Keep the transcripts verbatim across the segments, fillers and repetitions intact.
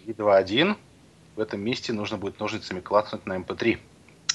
три, два, один. В этом месте нужно будет ножницами клацнуть на эм пэ три.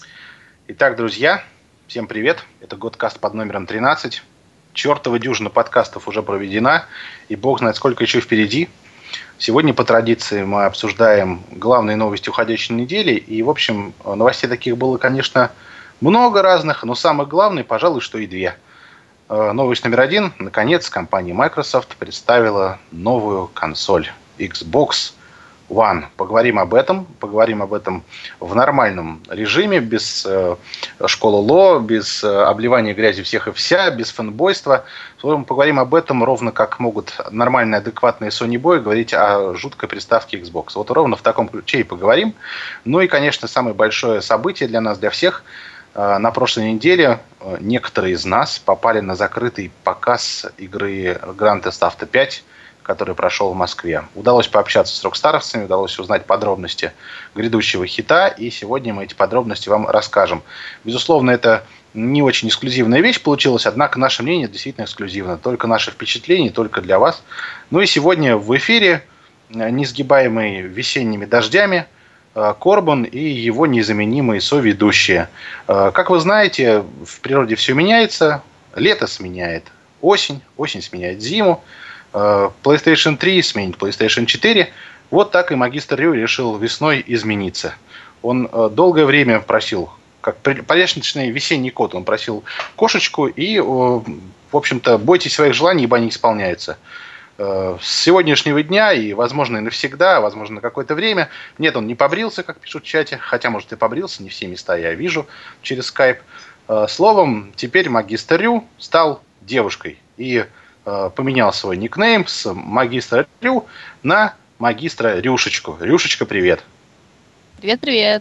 Итак, друзья, всем привет. Это Годкаст под номером тринадцать. Чертова дюжина подкастов уже проведена, и бог знает, сколько еще впереди. Сегодня, по традиции, мы обсуждаем главные новости уходящей недели. И, в общем, новостей таких было, конечно, много разных, но самое главное, пожалуй, что и две. Новость номер один. Наконец, компания Microsoft представила новую консоль Xbox One. Поговорим об этом. Поговорим об этом в нормальном режиме, без э, школы Ло, без э, обливания грязи всех и вся, без фэнбойства. Поговорим об этом ровно как могут нормальные, адекватные Sony Boy говорить о жуткой приставке Xbox. Вот ровно в таком ключе и поговорим. Ну и, конечно, самое большое событие для нас, для всех. На прошлой неделе некоторые из нас попали на закрытый показ игры Grand Theft Auto пять, который прошел в Москве. Удалось пообщаться с рокстаровцами, удалось узнать подробности грядущего хита, и сегодня мы эти подробности вам расскажем. Безусловно, это не очень эксклюзивная вещь получилась, однако наше мнение действительно эксклюзивно. Только наши впечатления, только для вас. Ну и сегодня в эфире, несгибаемый весенними дождями, Корбан и его незаменимые соведущие. Как вы знаете, в природе все меняется. Лето сменяет осень, осень сменяет зиму. PlayStation три сменит PlayStation четыре. Вот так и магистр Рю решил весной измениться. Он долгое время просил, как порядочный весенний кот, он просил кошечку. И, в общем-то, бойтесь своих желаний, ибо они исполняются. С сегодняшнего дня и, возможно, и навсегда, возможно, на какое-то время. Нет, он не побрился, как пишут в чате. Хотя, может, и побрился, не все места я вижу через скайп. Словом, теперь магистр Рю стал девушкой. И поменял свой никнейм с магистра Рю на магистра Рюшечку. Рюшечка, привет. Привет-привет.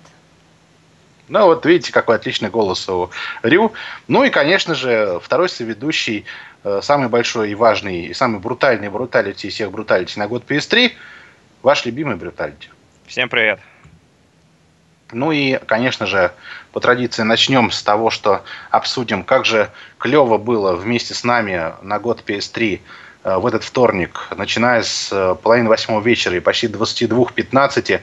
Ну вот, видите, какой отличный голос у Рю. Ну и, конечно же, второй соведущий, самый большой и важный, и самый брутальный бруталити из всех бруталити на год пи эс три, ваш любимый бруталити. Всем привет. Ну и, конечно же, по традиции начнем с того, что обсудим, как же клево было вместе с нами на год пи эс три в этот вторник, начиная с половины восьмого вечера и почти двадцати двух пятнадцати,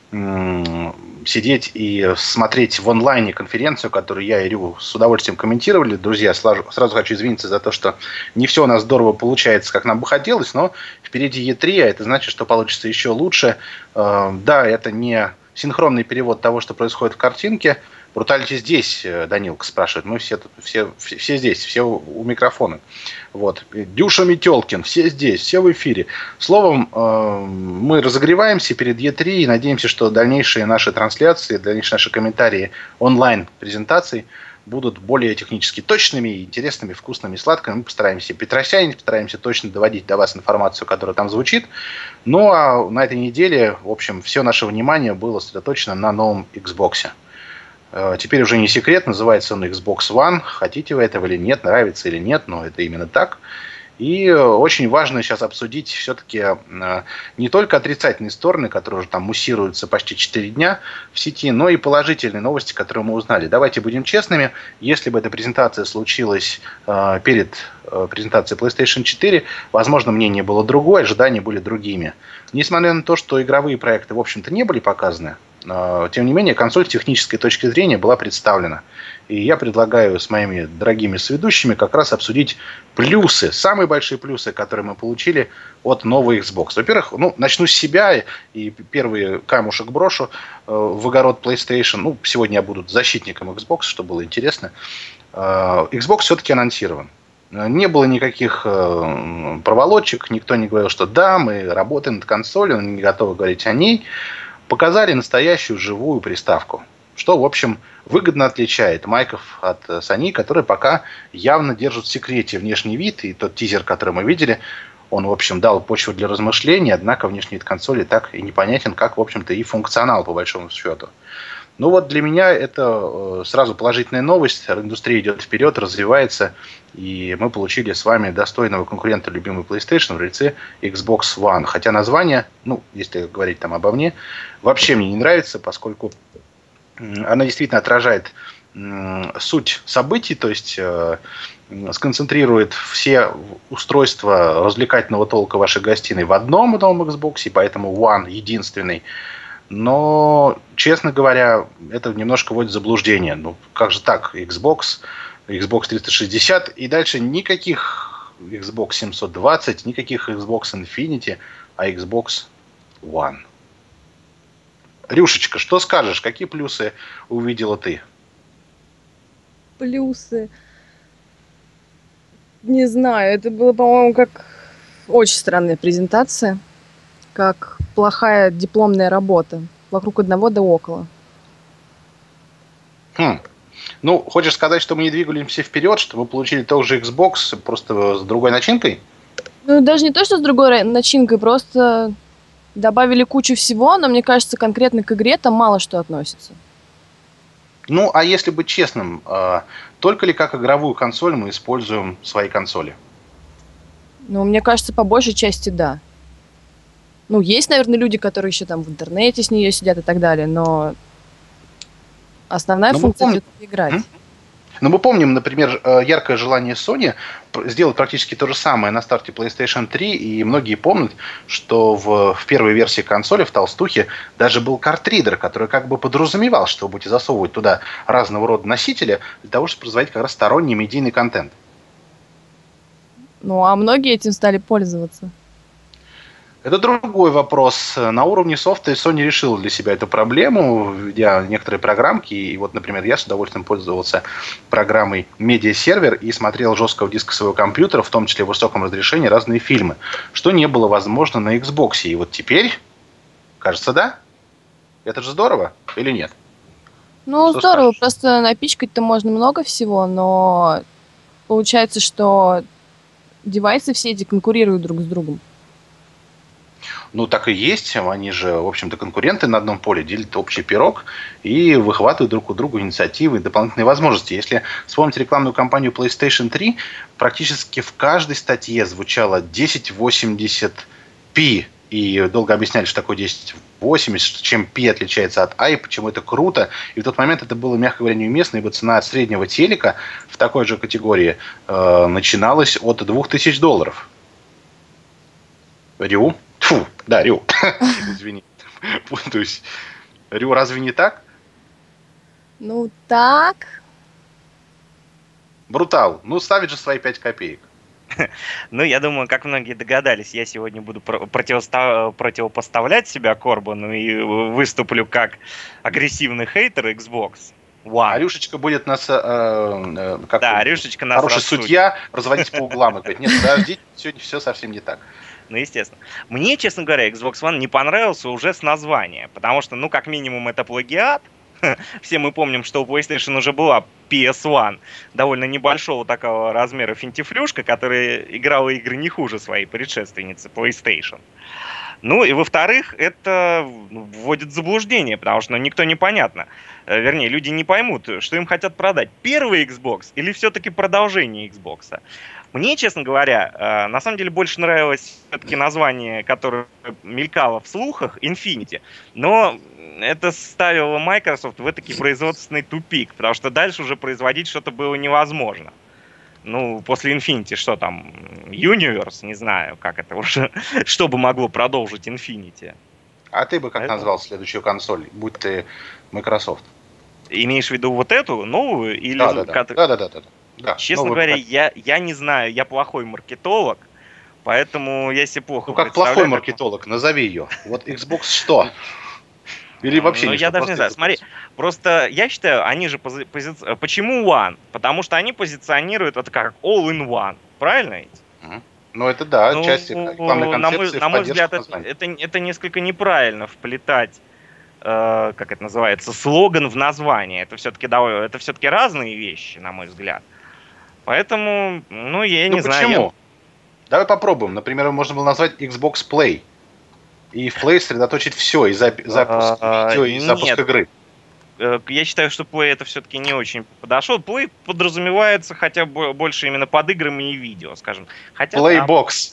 сидеть и смотреть в онлайне конференцию, которую я и Рю с удовольствием комментировали. Друзья, сразу, сразу хочу извиниться за то, что не все у нас здорово получается, как нам бы хотелось, но впереди и три, а это значит, что получится еще лучше. Да, это не синхронный перевод того, что происходит в картинке. Бруталити здесь, Данилка спрашивает. Мы все тут, все, все, все здесь, все у, у микрофона. Вот. Дюша Метелкин, все здесь, все в эфире. Словом, э, мы разогреваемся перед и три и надеемся, что дальнейшие наши трансляции, дальнейшие наши комментарии онлайн-презентаций будут более технически точными, интересными, вкусными, сладкими. Мы постараемся петросянить, постараемся точно доводить до вас информацию, которая там звучит. Ну, а на этой неделе, в общем, все наше внимание было сосредоточено на новом Xbox. Теперь уже не секрет, называется он Xbox One. Хотите вы этого или нет, нравится или нет, но это именно так. И очень важно сейчас обсудить все-таки не только отрицательные стороны, которые уже там муссируются почти четыре дня в сети, но и положительные новости, которые мы узнали. Давайте будем честными. Если бы эта презентация случилась перед презентацией PlayStation четыре, возможно, мнение было другое, ожидания были другими. Несмотря на то, что игровые проекты, в общем-то, не были показаны, тем не менее, консоль с технической точки зрения была представлена. И я предлагаю с моими дорогими соведущими как раз обсудить плюсы, самые большие плюсы, которые мы получили от новой Xbox. Во-первых, ну, начну с себя и первый камушек брошу в огород PlayStation. Ну, сегодня я буду защитником Xbox, чтобы было интересно. Xbox все-таки анонсирован. Не было никаких проволочек, никто не говорил, что да, мы работаем над консолью, не готовы говорить о ней. Показали настоящую живую приставку, что, в общем, выгодно отличает майков от Sony, которые пока явно держат в секрете внешний вид. И тот тизер, который мы видели, он, в общем, дал почву для размышлений, однако внешний вид консоли так и непонятен, как, в общем-то, и функционал, по большому счету. Ну вот для меня это сразу положительная новость. Индустрия идет вперед, развивается, и мы получили с вами достойного конкурента любимой PlayStation в лице Xbox One. Хотя название, ну, если говорить там обо мне, вообще мне не нравится, поскольку она действительно отражает суть событий, то есть сконцентрирует все устройства развлекательного толка вашей гостиной в одном новом Xbox, поэтому One единственный. Но, честно говоря, это немножко вводит в заблуждение. Ну, как же так? Xbox, Xbox триста шестьдесят и дальше никаких Xbox семьсот двадцать, никаких Xbox Infinity, а Xbox One. Рюшечка, что скажешь? Какие плюсы увидела ты? Плюсы. Не знаю, это было, по-моему, как очень странная презентация, как плохая дипломная работа. Вокруг одного да около. Хм. Ну, хочешь сказать, что мы не двигаемся вперед, что мы получили тот же Xbox, просто с другой начинкой? Ну, даже не то, что с другой начинкой, просто добавили кучу всего, но мне кажется, конкретно к игре там мало что относится. Ну, а если быть честным, только ли как игровую консоль мы используем свои консоли? Ну, мне кажется, по большей части да. Ну, есть, наверное, люди, которые еще там в интернете с нее сидят и так далее, но основная но функция помним... это играть. М? Но мы помним, например, яркое желание Sony сделать практически то же самое на старте PlayStation три, и многие помнят, что в, в первой версии консоли, в толстухе, даже был картридер, который как бы подразумевал, что вы будете засовывать туда разного рода носители для того, чтобы производить как раз сторонний медийный контент. Ну, а многие этим стали пользоваться. Это другой вопрос. На уровне софта Sony решила для себя эту проблему, введя некоторые программки. И вот, например, я с удовольствием пользовался программой Media Server и смотрел жесткого диска своего компьютера, в том числе в высоком разрешении, разные фильмы, что не было возможно на Xbox. И вот теперь, кажется, да? Это же здорово или нет? Ну, Что здорово, скажешь? просто напичкать-то можно много всего, но получается, что девайсы все эти конкурируют друг с другом. Ну, так и есть. Они же, в общем-то, конкуренты на одном поле, делят общий пирог и выхватывают друг у друга инициативы и дополнительные возможности. Если вспомнить рекламную кампанию PlayStation три, практически в каждой статье звучало десять восемьдесят пи. И долго объясняли, что такое десять восемьдесят, чем пи отличается от ай, почему это круто. И в тот момент это было, мягко говоря, неуместно, ибо цена среднего телека в такой же категории э, начиналась от двух тысяч долларов. Рю? Фу, да, Рю. Извини. Путаюсь. Рю, разве не так? Ну, так. Брутал. Ну, ставит же свои пять копеек. Ну, я думаю, как многие догадались, я сегодня буду противоста- противопоставлять себя Корбану и выступлю как агрессивный хейтер Xbox One. А Рюшечка будет нас, э, э, как да, Рюшечка нас хороший рассудит. судья, разводить по углам и говорить: нет, подождите, сегодня все совсем не так. Ну, естественно. Мне, честно говоря, Xbox One не понравился уже с названия, потому что, ну, как минимум, это плагиат. Все мы помним, что у PlayStation уже была пи эс один, довольно небольшого такого размера финтифлюшка, которая играла игры не хуже своей предшественницы PlayStation. Ну и во-вторых, это вводит в заблуждение, потому что ну, никто непонятно. Вернее, люди не поймут, что им хотят продать. Первый Xbox или все-таки продолжение Xbox? Мне, честно говоря, на самом деле больше нравилось все-таки название, которое мелькало в слухах, Infinity. Но это ставило Microsoft в этакий производственный тупик, потому что дальше уже производить что-то было невозможно. Ну, после Infinity что там? Universe? Не знаю, как это уже. Что бы могло продолжить Infinity. А ты бы как Это... назвал следующую консоль, будь ты Microsoft? Имеешь в виду вот эту, новую? Или... Да, да, да. Как... да, да, да, да. Да, Честно говоря, я, я не знаю, я плохой маркетолог, поэтому я себе плохо Ну, как плохой маркетолог, назови ее. Вот Xbox что? Или вообще ну, не я что, даже не знаю. Смотри, просто я считаю, они же пози... пози... Почему One? Потому что они позиционируют это как all-in-one. Правильно ведь? Угу. Ну, это да, ну, часть рекламной концепции. На мой, на мой взгляд, это, это, это несколько неправильно вплетать, э, как это называется, слоган в название. Это все-таки, это все-таки разные вещи, на мой взгляд. Поэтому, ну, я ну, не почему? знаю. Я... Давай попробуем. Например, можно было назвать Xbox Play. И в Play сосредоточить все, и запуск а, видео, и запуск нет. игры. Я считаю, что Play это все-таки не очень подошел. Play подразумевается хотя бы больше именно под играми и видео, скажем. Хотя, Playbox.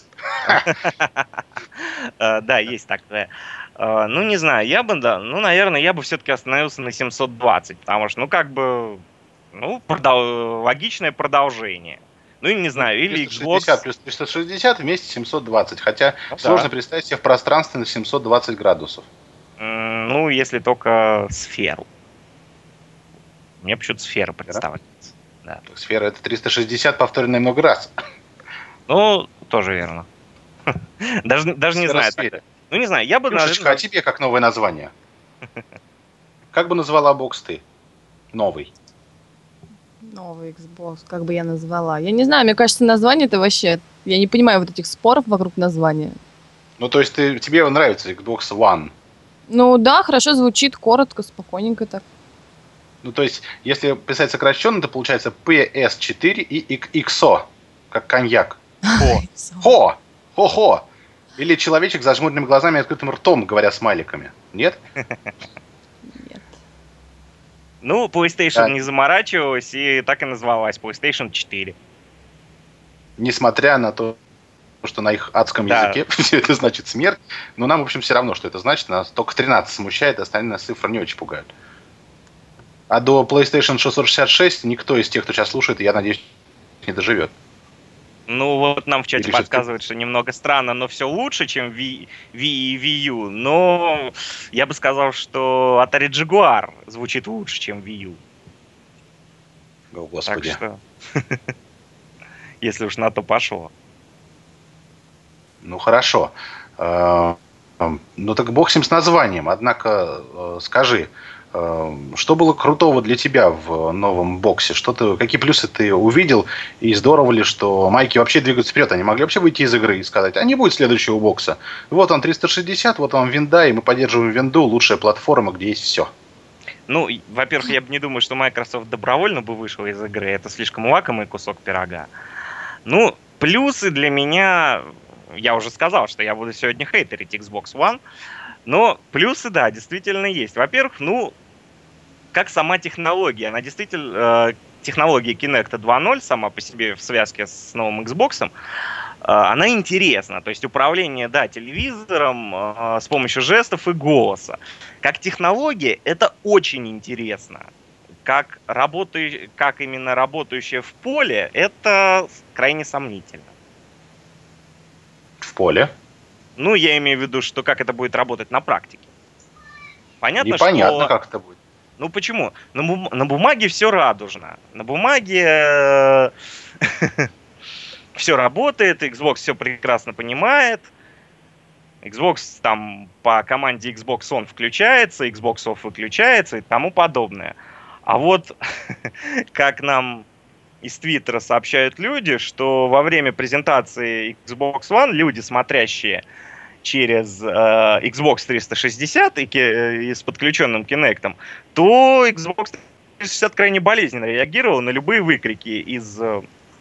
Да, есть такое. Ну, не знаю, я бы, да, ну, наверное, я бы все-таки остановился на семьсот двадцать, потому что, ну, как бы, ну, продол- логичное продолжение. Ну, и не знаю, или триста шестьдесят Xbox... плюс триста шестьдесят вместе семьсот двадцать. Хотя Ну, сложно да. представить себе в пространстве на семьсот двадцать градусов. М, Ну, если только сферу. Мне почему-то сфера представляется. Да. Сфера это триста шестьдесят, повторенное много раз. Ну, тоже верно. Даже, даже не Сфера знаю. в сфере. так- Ну, не знаю, я бы, Юшечка, а наверное... тебе как новое название? Как бы назвала бокс ты? Новый. Новый Xbox, как бы я назвала. Я не знаю, мне кажется, название это вообще... Я не понимаю вот этих споров вокруг названия. Ну, то есть ты, тебе нравится Xbox One. Ну да, хорошо звучит, коротко, спокойненько так. Ну, то есть, если писать сокращенно, то получается пи эс четыре и икс о, как коньяк. Хо. Хо! Хо-хо! Или человечек с зажмуренными глазами и открытым ртом, говоря смайликами. Нет? Нет. Ну, PlayStation Да. не заморачивалась и так и назвалась PlayStation четыре. Несмотря на то, что на их адском Да. языке все это значит смерть. Но нам, в общем, все равно, что это значит. Нас только тринадцать смущает, остальные нас цифры не очень пугают. А до PlayStation шестьсот шестьдесят шесть никто из тех, кто сейчас слушает, я надеюсь, не доживет. Ну, вот нам в чате Или всё-таки- подсказывают, что немного странно, но все лучше, чем Wii, Wii и Wii U. Но я бы сказал, что Atari Jaguar звучит лучше, чем Wii U. О, Так Господи. что, если уж на то пошло. Ну, хорошо. Э, э, Ну, так бог с ним с названием. Однако, э, скажи, э, что было крутого для тебя в новом боксе? Что ты, какие плюсы ты увидел? И здорово ли, что майки вообще двигаются вперед? Они могли вообще выйти из игры и сказать, а не будет следующего бокса. Вот он триста шестьдесят, вот он винда, и мы поддерживаем винду, лучшая платформа, где есть все. Ну, и, во-первых, я бы не думаю, что Microsoft добровольно бы вышел из игры. Это слишком лакомый кусок пирога. Ну, плюсы для меня... Я уже сказал, что я буду сегодня хейтерить Xbox One. Но плюсы, да, действительно есть. Во-первых, ну, как сама технология. Она действительно... Э, технология Kinect два ноль сама по себе в связке с новым Xbox, э, она интересна. То есть управление, да, телевизором э, с помощью жестов и голоса. Как технология, это очень интересно. Как, работаю, как именно работающее в поле, это крайне сомнительно. В поле. Ну, я имею в виду, что как это будет работать на практике. Понятно, Непонятно, что... как это будет. Ну почему? На, бум... на бумаге все радужно. На бумаге все работает, Xbox все прекрасно понимает. Xbox там по команде Xbox On включается, Xbox Off выключается и тому подобное. А вот как нам из Твиттера сообщают люди, что во время презентации Xbox One люди, смотрящие через э, Xbox триста шестьдесят и, ки- и с подключенным Kinect, то Xbox триста шестьдесят крайне болезненно реагировал на любые выкрики из, э,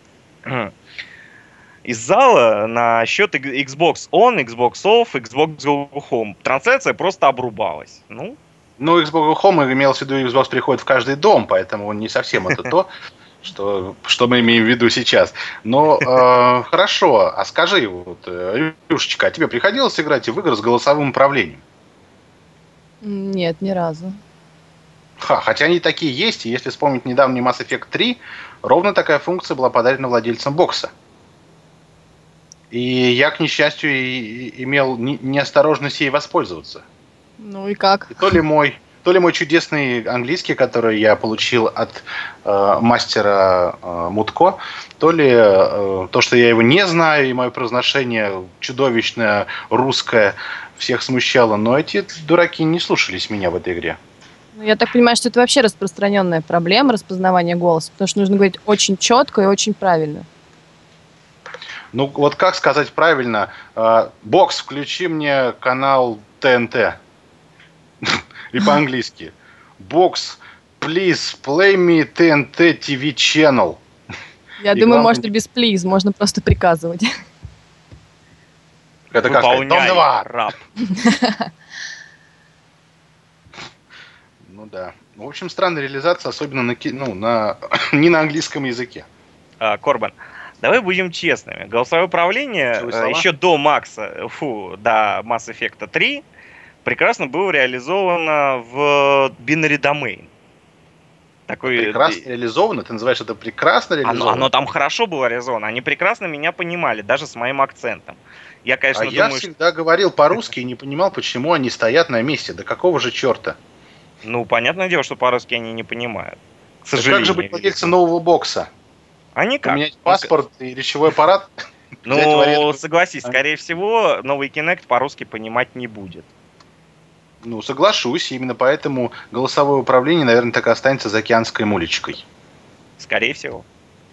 из зала насчет Xbox On, Xbox Off, Xbox Go Home. Трансляция просто обрубалась. Ну, Ну, Xbox Home имел в виду, Xbox приходит в каждый дом, поэтому не совсем это то, что, что мы имеем в виду сейчас. Но э, хорошо, а скажи, вот, э, Илюшечка, а тебе приходилось играть в игры с голосовым управлением? Нет, ни разу. Ха, хотя они такие есть, и если вспомнить недавний Mass Effect три, ровно такая функция была подарена владельцам бокса. И я, к несчастью, и- и имел не- неосторожность ей воспользоваться. Ну и как? И то ли мой, то ли мой чудесный английский, который я получил от э, мастера э, Мутко, то ли э, то, что я его не знаю, и мое произношение чудовищное, русское, всех смущало. Но эти дураки не слушались меня в этой игре. Ну, я так понимаю, что это вообще распространенная проблема распознавания голоса, потому что нужно говорить очень четко и очень правильно. Ну, вот как сказать правильно? Э, Бокс, включи мне канал Т Н Т. И по-английски. Бокс, please play me Т Н Т ти ви channel. Я И думаю, главное- можно без плиз, можно просто приказывать. Это как сказать? Дом выполняй, два. раб. Ну да. В общем, странная реализация, особенно на, ки- ну, на не на английском языке. А, Корбан, давай будем честными. Голосовое управление Ключевые э, слова? еще до Макса, фу, до Mass Effect три прекрасно было реализовано в Binary Domain. Такой... Прекрасно реализовано? Ты называешь это прекрасно реализовано? Оно, оно там хорошо было реализовано. Они прекрасно меня понимали, даже с моим акцентом. Я, конечно, а думаю, я всегда что... говорил по-русски и не понимал, почему они стоят на месте. Да какого же черта? Ну, понятное дело, что по-русски они не понимают. К сожалению. Да как же быть владельцем нового бокса? А никак. Поменять паспорт Он... и речевой аппарат? Ну, согласись, скорее всего, новый Kinect по-русски понимать не будет. Ну, соглашусь, именно поэтому голосовое управление, наверное, так и останется заокеанской мулечкой. Скорее всего.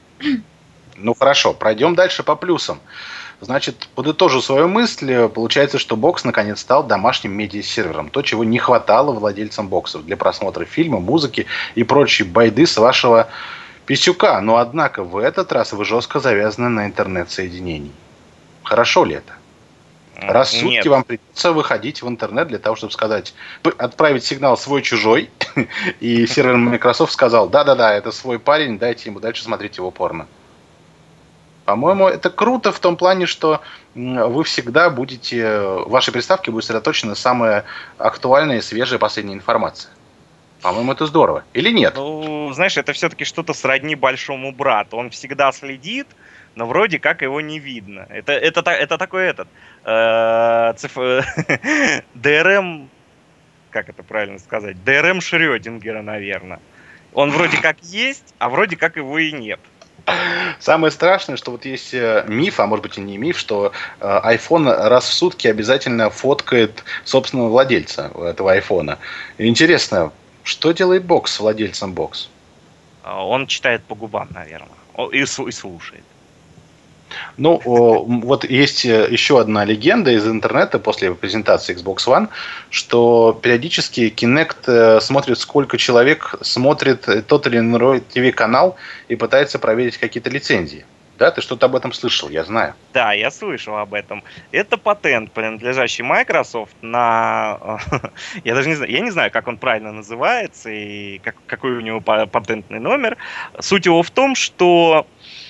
Ну, хорошо, пройдем дальше по плюсам. Значит, подытожу свою мысль. Получается, что бокс наконец стал домашним медиасервером. То, чего не хватало владельцам боксов для просмотра фильма, музыки и прочей байды с вашего писюка. Но, однако, в этот раз вы жестко завязаны на интернет-соединении. Хорошо ли это? Раз в сутки Нет. вам придется выходить в интернет для того, чтобы сказать, отправить сигнал свой-чужой, и сервер Microsoft сказал, да-да-да, это свой парень, дайте ему дальше смотреть его порно. По-моему, это круто в том плане, что вы всегда будете, в вашей приставке будет сосредоточена самая актуальная и свежая последняя информация. По-моему, это здорово. Или нет? Ну, знаешь, это все-таки что-то сродни большому брату. Он всегда следит, но вроде как его не видно. Это, это, это такой этот э, циф... ди эр эм, как это правильно сказать, ди эр эм Шрёдингера, наверное. Он вроде как есть, а вроде как его и нет. Самое страшное, что вот есть миф, а может быть и не миф, что iPhone раз в сутки обязательно фоткает собственного владельца этого iPhone. Интересно, что делает бокс с владельцем бокс? Он читает по губам, наверное, и слушает. Ну, вот есть еще одна легенда из интернета после презентации Xbox One, что периодически Kinect смотрит, сколько человек смотрит тот или иной ти ви-канал и пытается проверить какие-то лицензии. Да, ты что-то об этом слышал, я знаю. Да, я слышал об этом. Это патент, принадлежащий Microsoft на... я даже не знаю, я не знаю, как он правильно называется и как, какой у него патентный номер. Суть его в том, что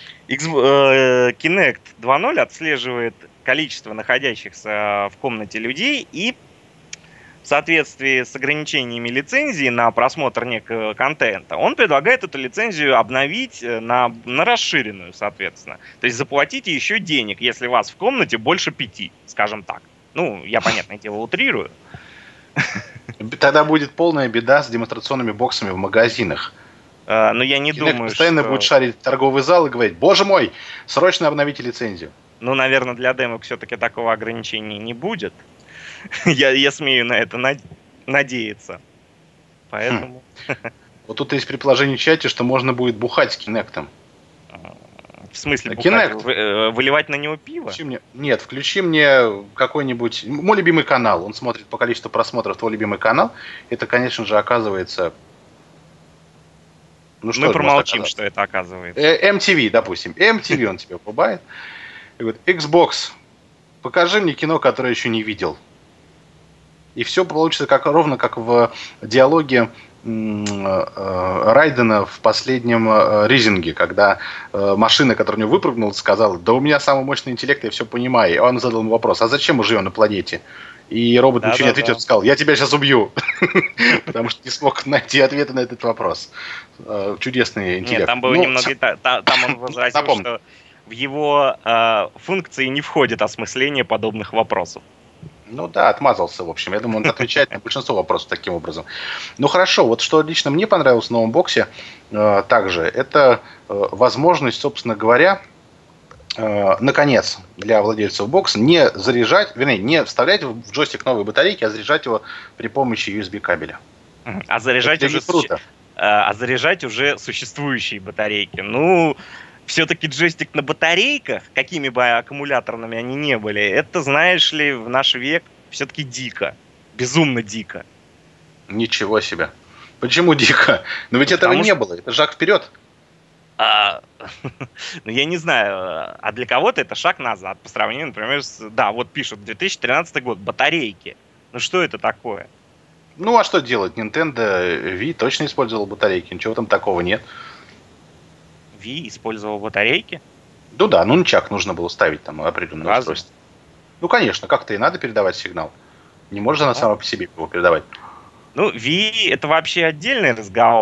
Kinect два ноль отслеживает количество находящихся в комнате людей и в соответствии с ограничениями лицензии на просмотр некого контента, он предлагает эту лицензию обновить на, на расширенную, соответственно. То есть заплатите еще денег, если вас в комнате больше пяти, скажем так. Ну, я, понятное дело, утрирую. Тогда будет полная беда с демонстрационными боксами в магазинах. Uh, но я не Kinect думаю, постоянно что... будет шарить в торговый зал и говорить, боже мой, срочно обновите лицензию. Ну, наверное, для демок все-таки такого ограничения не будет. я, я смею на это над... надеяться. Поэтому... Хм. Вот тут есть предположение в чате, что можно будет бухать с Kinect'ом. В смысле Kinect? бухать? Вы, выливать на него пиво? Включи мне... Нет, включи мне какой-нибудь... Мой любимый канал. Он смотрит по количеству просмотров твой любимый канал. Это, конечно же, оказывается... Ну, Мы промолчим, что это оказывается. эм ти ви, допустим. эм ти ви он тебе побает. И говорит, Xbox, покажи мне кино, которое я еще не видел. И все получится как, ровно как в диалоге Райдена в последнем Ризинге, когда машина, которая у него выпрыгнула, сказала, да у меня самый мощный интеллект, я все понимаю. И он задал ему вопрос, а зачем мы живем на планете? И робот да, ничего да, не ответил, да. Сказал, я тебя сейчас убью. Потому что не смог найти ответа на этот вопрос. Чудесный интеллект. Нет, там было немного... Там он возразил, что в его функции не входит осмысление подобных вопросов. Ну да, отмазался, в общем. Я думаю, он отвечает на большинство вопросов таким образом. Ну хорошо, вот что лично мне понравилось в новом боксе также, это возможность, собственно говоря, наконец, для владельцев бокса не заряжать, вернее, не вставлять в джойстик новые батарейки, а заряжать его при помощи ю эс би кабеля. А заряжать, уже, круто. а заряжать уже существующие батарейки. Ну, все-таки джойстик на батарейках, какими бы аккумуляторными они не были, это, знаешь ли, в наш век все-таки дико. Безумно дико. Ничего себе. Почему дико? Но ведь ну, этого не что... было. Это шаг вперед. А, ну, я не знаю, а для кого-то это шаг назад по сравнению, например, с... Да, вот пишут, две тысячи тринадцатый год, батарейки. Ну, что это такое? Ну, а что делать? Nintendo Wii точно использовал батарейки, ничего там такого нет. Wii использовал батарейки? Ну да, ну ничак нужно было ставить там определенное устройство. Ну, конечно, как-то и надо передавать сигнал. Не может она сама по себе его передавать. Ну, Wii это вообще отдельный разговор.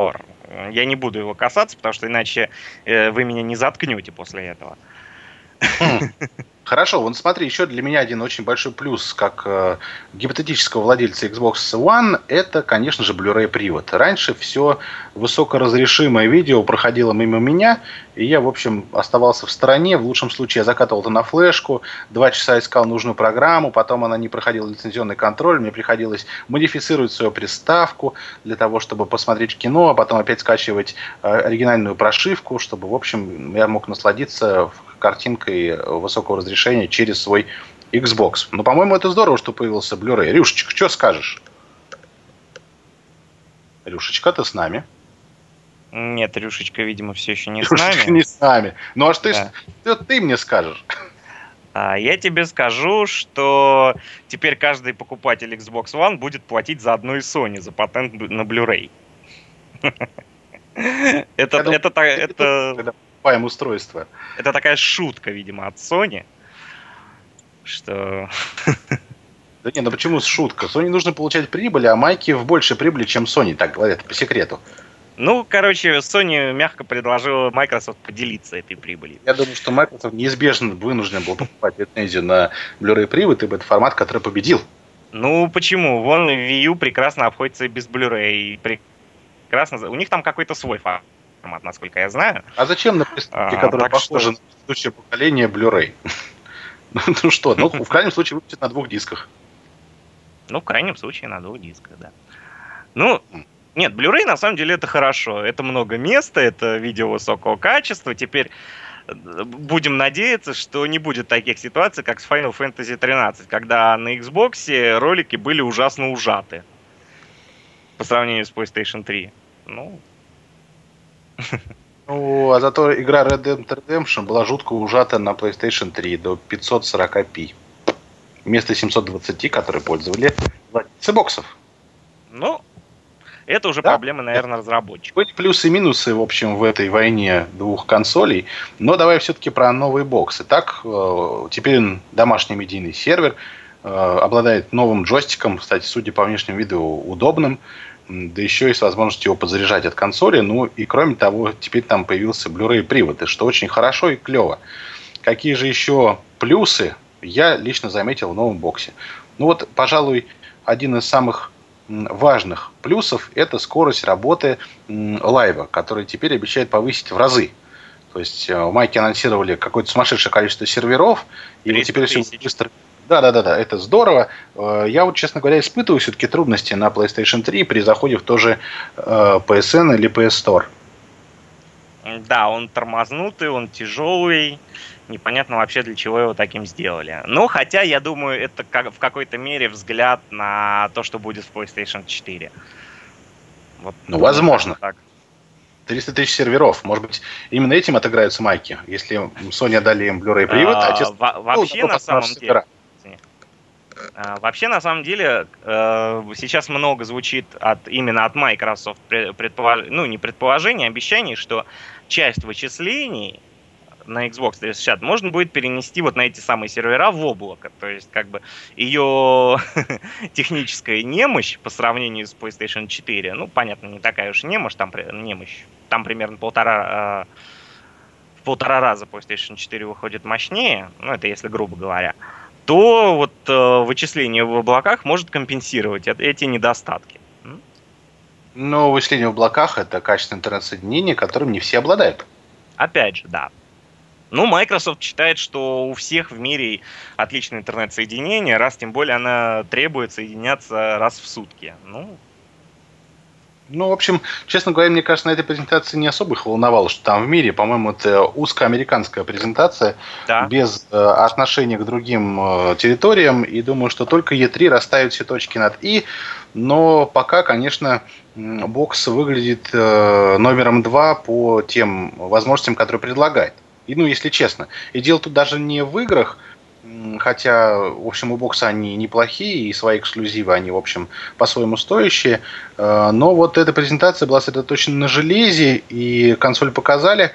я не буду его касаться, потому что иначе э, вы меня не заткнете после этого. Хорошо, вот смотри, еще для меня один очень большой плюс, как э, гипотетического владельца Xbox One, это, конечно же, Blu-ray привод. Раньше все высокоразрешимое видео проходило мимо меня, и я, в общем, оставался в стороне. В лучшем случае я закатывал это на флешку, два часа искал нужную программу, потом она не проходила лицензионный контроль, мне приходилось модифицировать свою приставку для того, чтобы посмотреть кино, а потом опять скачивать э, оригинальную прошивку, чтобы, в общем, я мог насладиться картинкой высокого разрешения через свой Xbox. Ну, по-моему, это здорово, что появился Blu-ray. Рюшечка, что скажешь? Рюшечка, ты с нами? Нет, Рюшечка, видимо, все еще не Рюшечка с нами. не с нами. Ну, а что Да. ты, ты мне скажешь? А я тебе скажу, что теперь каждый покупатель Xbox One будет платить за одну из Sony, за патент на Blu-ray. Это, думаю, это, та- это, Когда покупаем устройство. это такая шутка, видимо, от Sony, что... Да не, ну почему шутка? Sony нужно получать прибыль, а майки в большей прибыли, чем Sony. Так говорят, по секрету. Ну, короче, Sony мягко предложила Microsoft поделиться этой прибылью. Я думаю, что Microsoft неизбежно вынужден был покупать лицензию на Blu-ray привод, ибо это формат, который победил. Ну, почему? Вон Wii U прекрасно обходится и без Blu-ray. И прекрасно... У них там какой-то свой формат, насколько я знаю. А зачем на приставке, А, которая так похожа что- на предыдущее поколение, Blu-ray? Ну что, ну в крайнем случае выпустят на двух дисках. Ну, в крайнем случае, на двух дисках, да. Ну, нет, Blu-ray на самом деле это хорошо. Это много места, это видео высокого качества. Теперь э, будем надеяться, что не будет таких ситуаций, как с Final Fantasy тринадцать, когда на Xbox ролики были ужасно ужаты по сравнению с PlayStation три. Ну, Ну, а зато игра Red Dead Redemption была жутко ужата на PlayStation три до пятьсот сорок пи. Вместо семьсот двадцать, которые пользовали владельцы боксов. ну, это уже Да. проблемы, наверное, разработчиков. Были плюсы и минусы, в общем, в этой войне двух консолей. Но давай все-таки про новый бокс. Итак, э, теперь он домашний медийный сервер, э, обладает новым джойстиком, кстати, судя по внешнему виду, удобным. м, Да еще и с возможностью его подзаряжать от консоли. Ну и кроме того, теперь там появился Blu-ray привод, и что очень хорошо и клево. Какие же еще плюсы я лично заметил в новом боксе? Ну вот, пожалуй, один из самых м, важных плюсов – это скорость работы м, лайва, который теперь обещает повысить в разы. То есть э, майки анонсировали какое-то сумасшедшее количество серверов, и вот триста теперь все тысяч. быстро. Да, да, да, да, это здорово. Э, Я вот, честно говоря, испытываю все-таки трудности на PlayStation три при заходе в то же э, пи эс эн или пи эс Store. Да, он тормознутый, он тяжелый. Непонятно вообще, для чего его таким сделали. Ну, хотя, я думаю, это как, в какой-то мере взгляд на то, что будет в PlayStation четыре. Вот, Ну, возможно. так. триста тысяч серверов. Может быть, именно этим отыграются майки. Если Sony отдали им Blu-ray привод, А, а, честно, во- ну, вообще, зато на посмотришь самом деле, сервера. А, Вообще, на самом деле, э, сейчас много звучит от, именно от Microsoft, пре- предполож- ну, не предположений, а обещаний, что часть вычислений на Xbox триста шестьдесят можно будет перенести вот на эти самые сервера в облако. То есть, как бы, ее техническая немощь по сравнению с PlayStation четыре, ну, понятно, не такая уж немощь, там, при- немощь, там примерно полтора, э, в полтора раза PlayStation четыре выходит мощнее, ну, это если грубо говоря, то вот э, вычисление в облаках может компенсировать эт- эти недостатки. М? Но вычисление в облаках – это качественное интернет-соединение, которым не все обладают. Опять же, да. Ну, Microsoft считает, что у всех в мире отличное интернет-соединение, раз тем более она требует соединяться раз в сутки. Ну, Ну, в общем, честно говоря, мне кажется, на этой презентации не особо их волновало, что там в мире. По-моему, это узкоамериканская презентация, да. без э, отношения к другим э, территориям. И думаю, что только и три расставит все точки над «и». Но пока, конечно, м, бокс выглядит э, номером два по тем возможностям, которые предлагает. И, ну, если честно. И дело тут даже не в играх, м, хотя, в общем, у бокса они неплохие, и свои эксклюзивы, они, в общем, по-своему стоящие. Э, Но вот эта презентация была сосредоточена на железе, и консоль показали.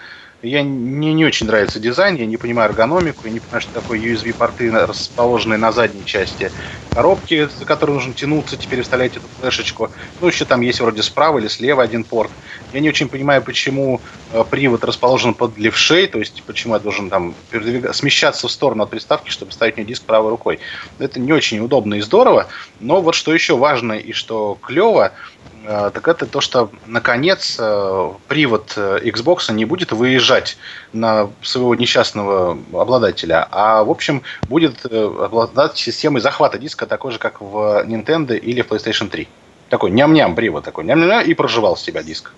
Я, мне не очень нравится дизайн, я не понимаю эргономику, я не понимаю, что такое ю эс би-порты, расположенные на задней части коробки, за которой нужно тянуться, теперь вставлять эту флешечку. Ну, еще там есть вроде справа или слева один порт. Я не очень понимаю, почему э, привод расположен под левшей, то есть почему я должен там смещаться в сторону от приставки, чтобы ставить мне диск правой рукой. Это не очень удобно и здорово, но вот что еще важно и что клево, э, так это то, что наконец э, привод Xbox не будет выезжать на своего несчастного обладателя, а в общем будет э, обладать системой захвата диска, такой же, как в Nintendo или в PlayStation три. Такой ням-ням привод, такой ням-ням, и проживал с себя диск.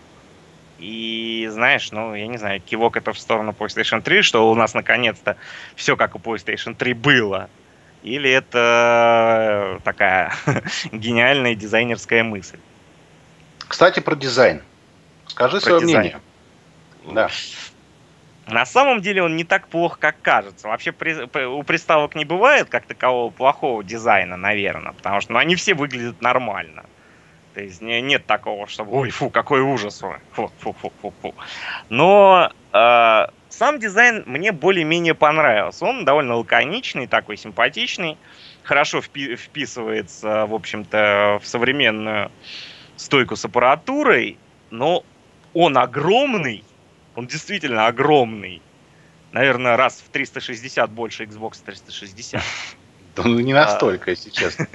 И знаешь, ну, я не знаю, кивок это в сторону PlayStation три, что у нас наконец-то все как у PlayStation три было. Или это такая гениальная дизайнерская мысль. Кстати, про дизайн. Скажи Про свое дизайн. мнение. Да. На самом деле он не так плох, как кажется. Вообще при, при, у приставок не бывает как такового плохого дизайна, наверное, потому что ну, они все выглядят нормально. То есть не, нет такого, чтобы ой, фу, какой ужас. Фу, фу, фу, фу, фу. Но э, сам дизайн мне более-менее понравился. Он довольно лаконичный, такой симпатичный, хорошо впи- вписывается, в общем-то, в современную стойку с аппаратурой, но он огромный. Он действительно огромный. Наверное, раз в триста шестьдесят больше Xbox триста шестьдесят. Да ну не настолько, если честно.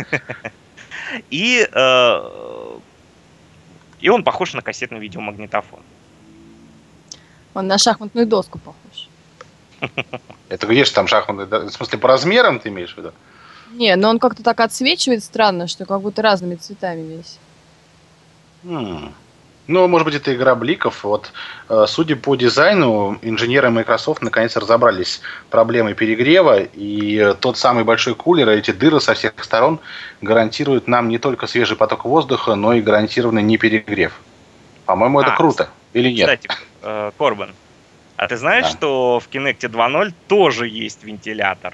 И, э, и он похож на кассетный видеомагнитофон. Он на шахматную доску похож. Это где же там шахматный? В смысле, по размерам ты имеешь в виду? Не, но он как-то так отсвечивает странно, что как будто разными цветами весь. М. Ну, может быть, это игра бликов. Вот, э, судя по дизайну, инженеры Microsoft наконец разобрались с проблемой перегрева, и э, тот самый большой кулер, эти дыры со всех сторон гарантируют нам не только свежий поток воздуха, но и гарантированный неперегрев. По-моему, это А, круто. Или нет? Кстати, э, Корбан, а ты знаешь, Да. что в Kinect два ноль тоже есть вентилятор?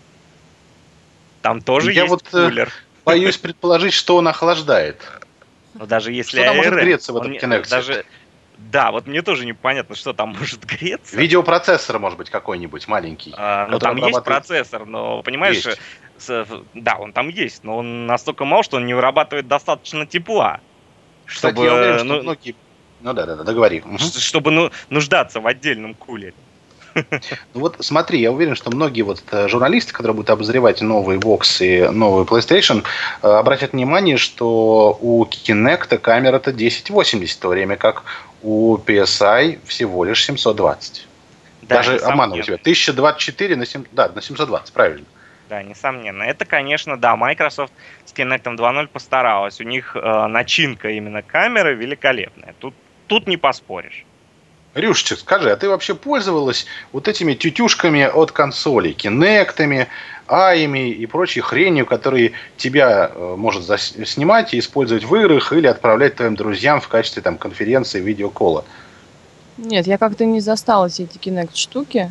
Там тоже Я есть вот, э, кулер. Боюсь предположить, что он охлаждает. Но даже если Что там может эй эр эм, греться в этом он не- Kinect? даже Да, вот мне тоже непонятно, что там может греться. Видеопроцессор, может быть, какой-нибудь маленький. А, ну, который там есть обрабатывает- процессор, но, понимаешь, Есть. с- да, он там есть, но он настолько мал, что он не вырабатывает достаточно тепла, Кстати, чтобы, я уверен, что ну, многие... Ну да, да, да, договори. Мгм. ш- чтобы ну, нуждаться в отдельном кулере. Ну вот смотри, я уверен, что многие вот э, журналисты, которые будут обозревать новый Vox и новый PlayStation, э, обратят внимание, что у Kinect камера-то десять восемьдесят, в то время как у пи эс ай всего лишь семьсот двадцать. Да, Даже несомненно. обманываю тебя. тысяча двадцать четыре на, семь... да, на семьсот двадцать, правильно. Да, несомненно. Это, конечно, да, Microsoft с Kinect два ноль постаралась. У них э, начинка именно камеры великолепная. Тут, тут не поспоришь. Рюшечек, скажи, а ты вообще пользовалась вот этими тютюшками от консолей, кинектами, аями и прочей хренью, которые тебя э, может зас- снимать и использовать в играх или отправлять твоим друзьям в качестве там конференции, видеокола? Нет, я как-то не застала все эти Kinect штуки.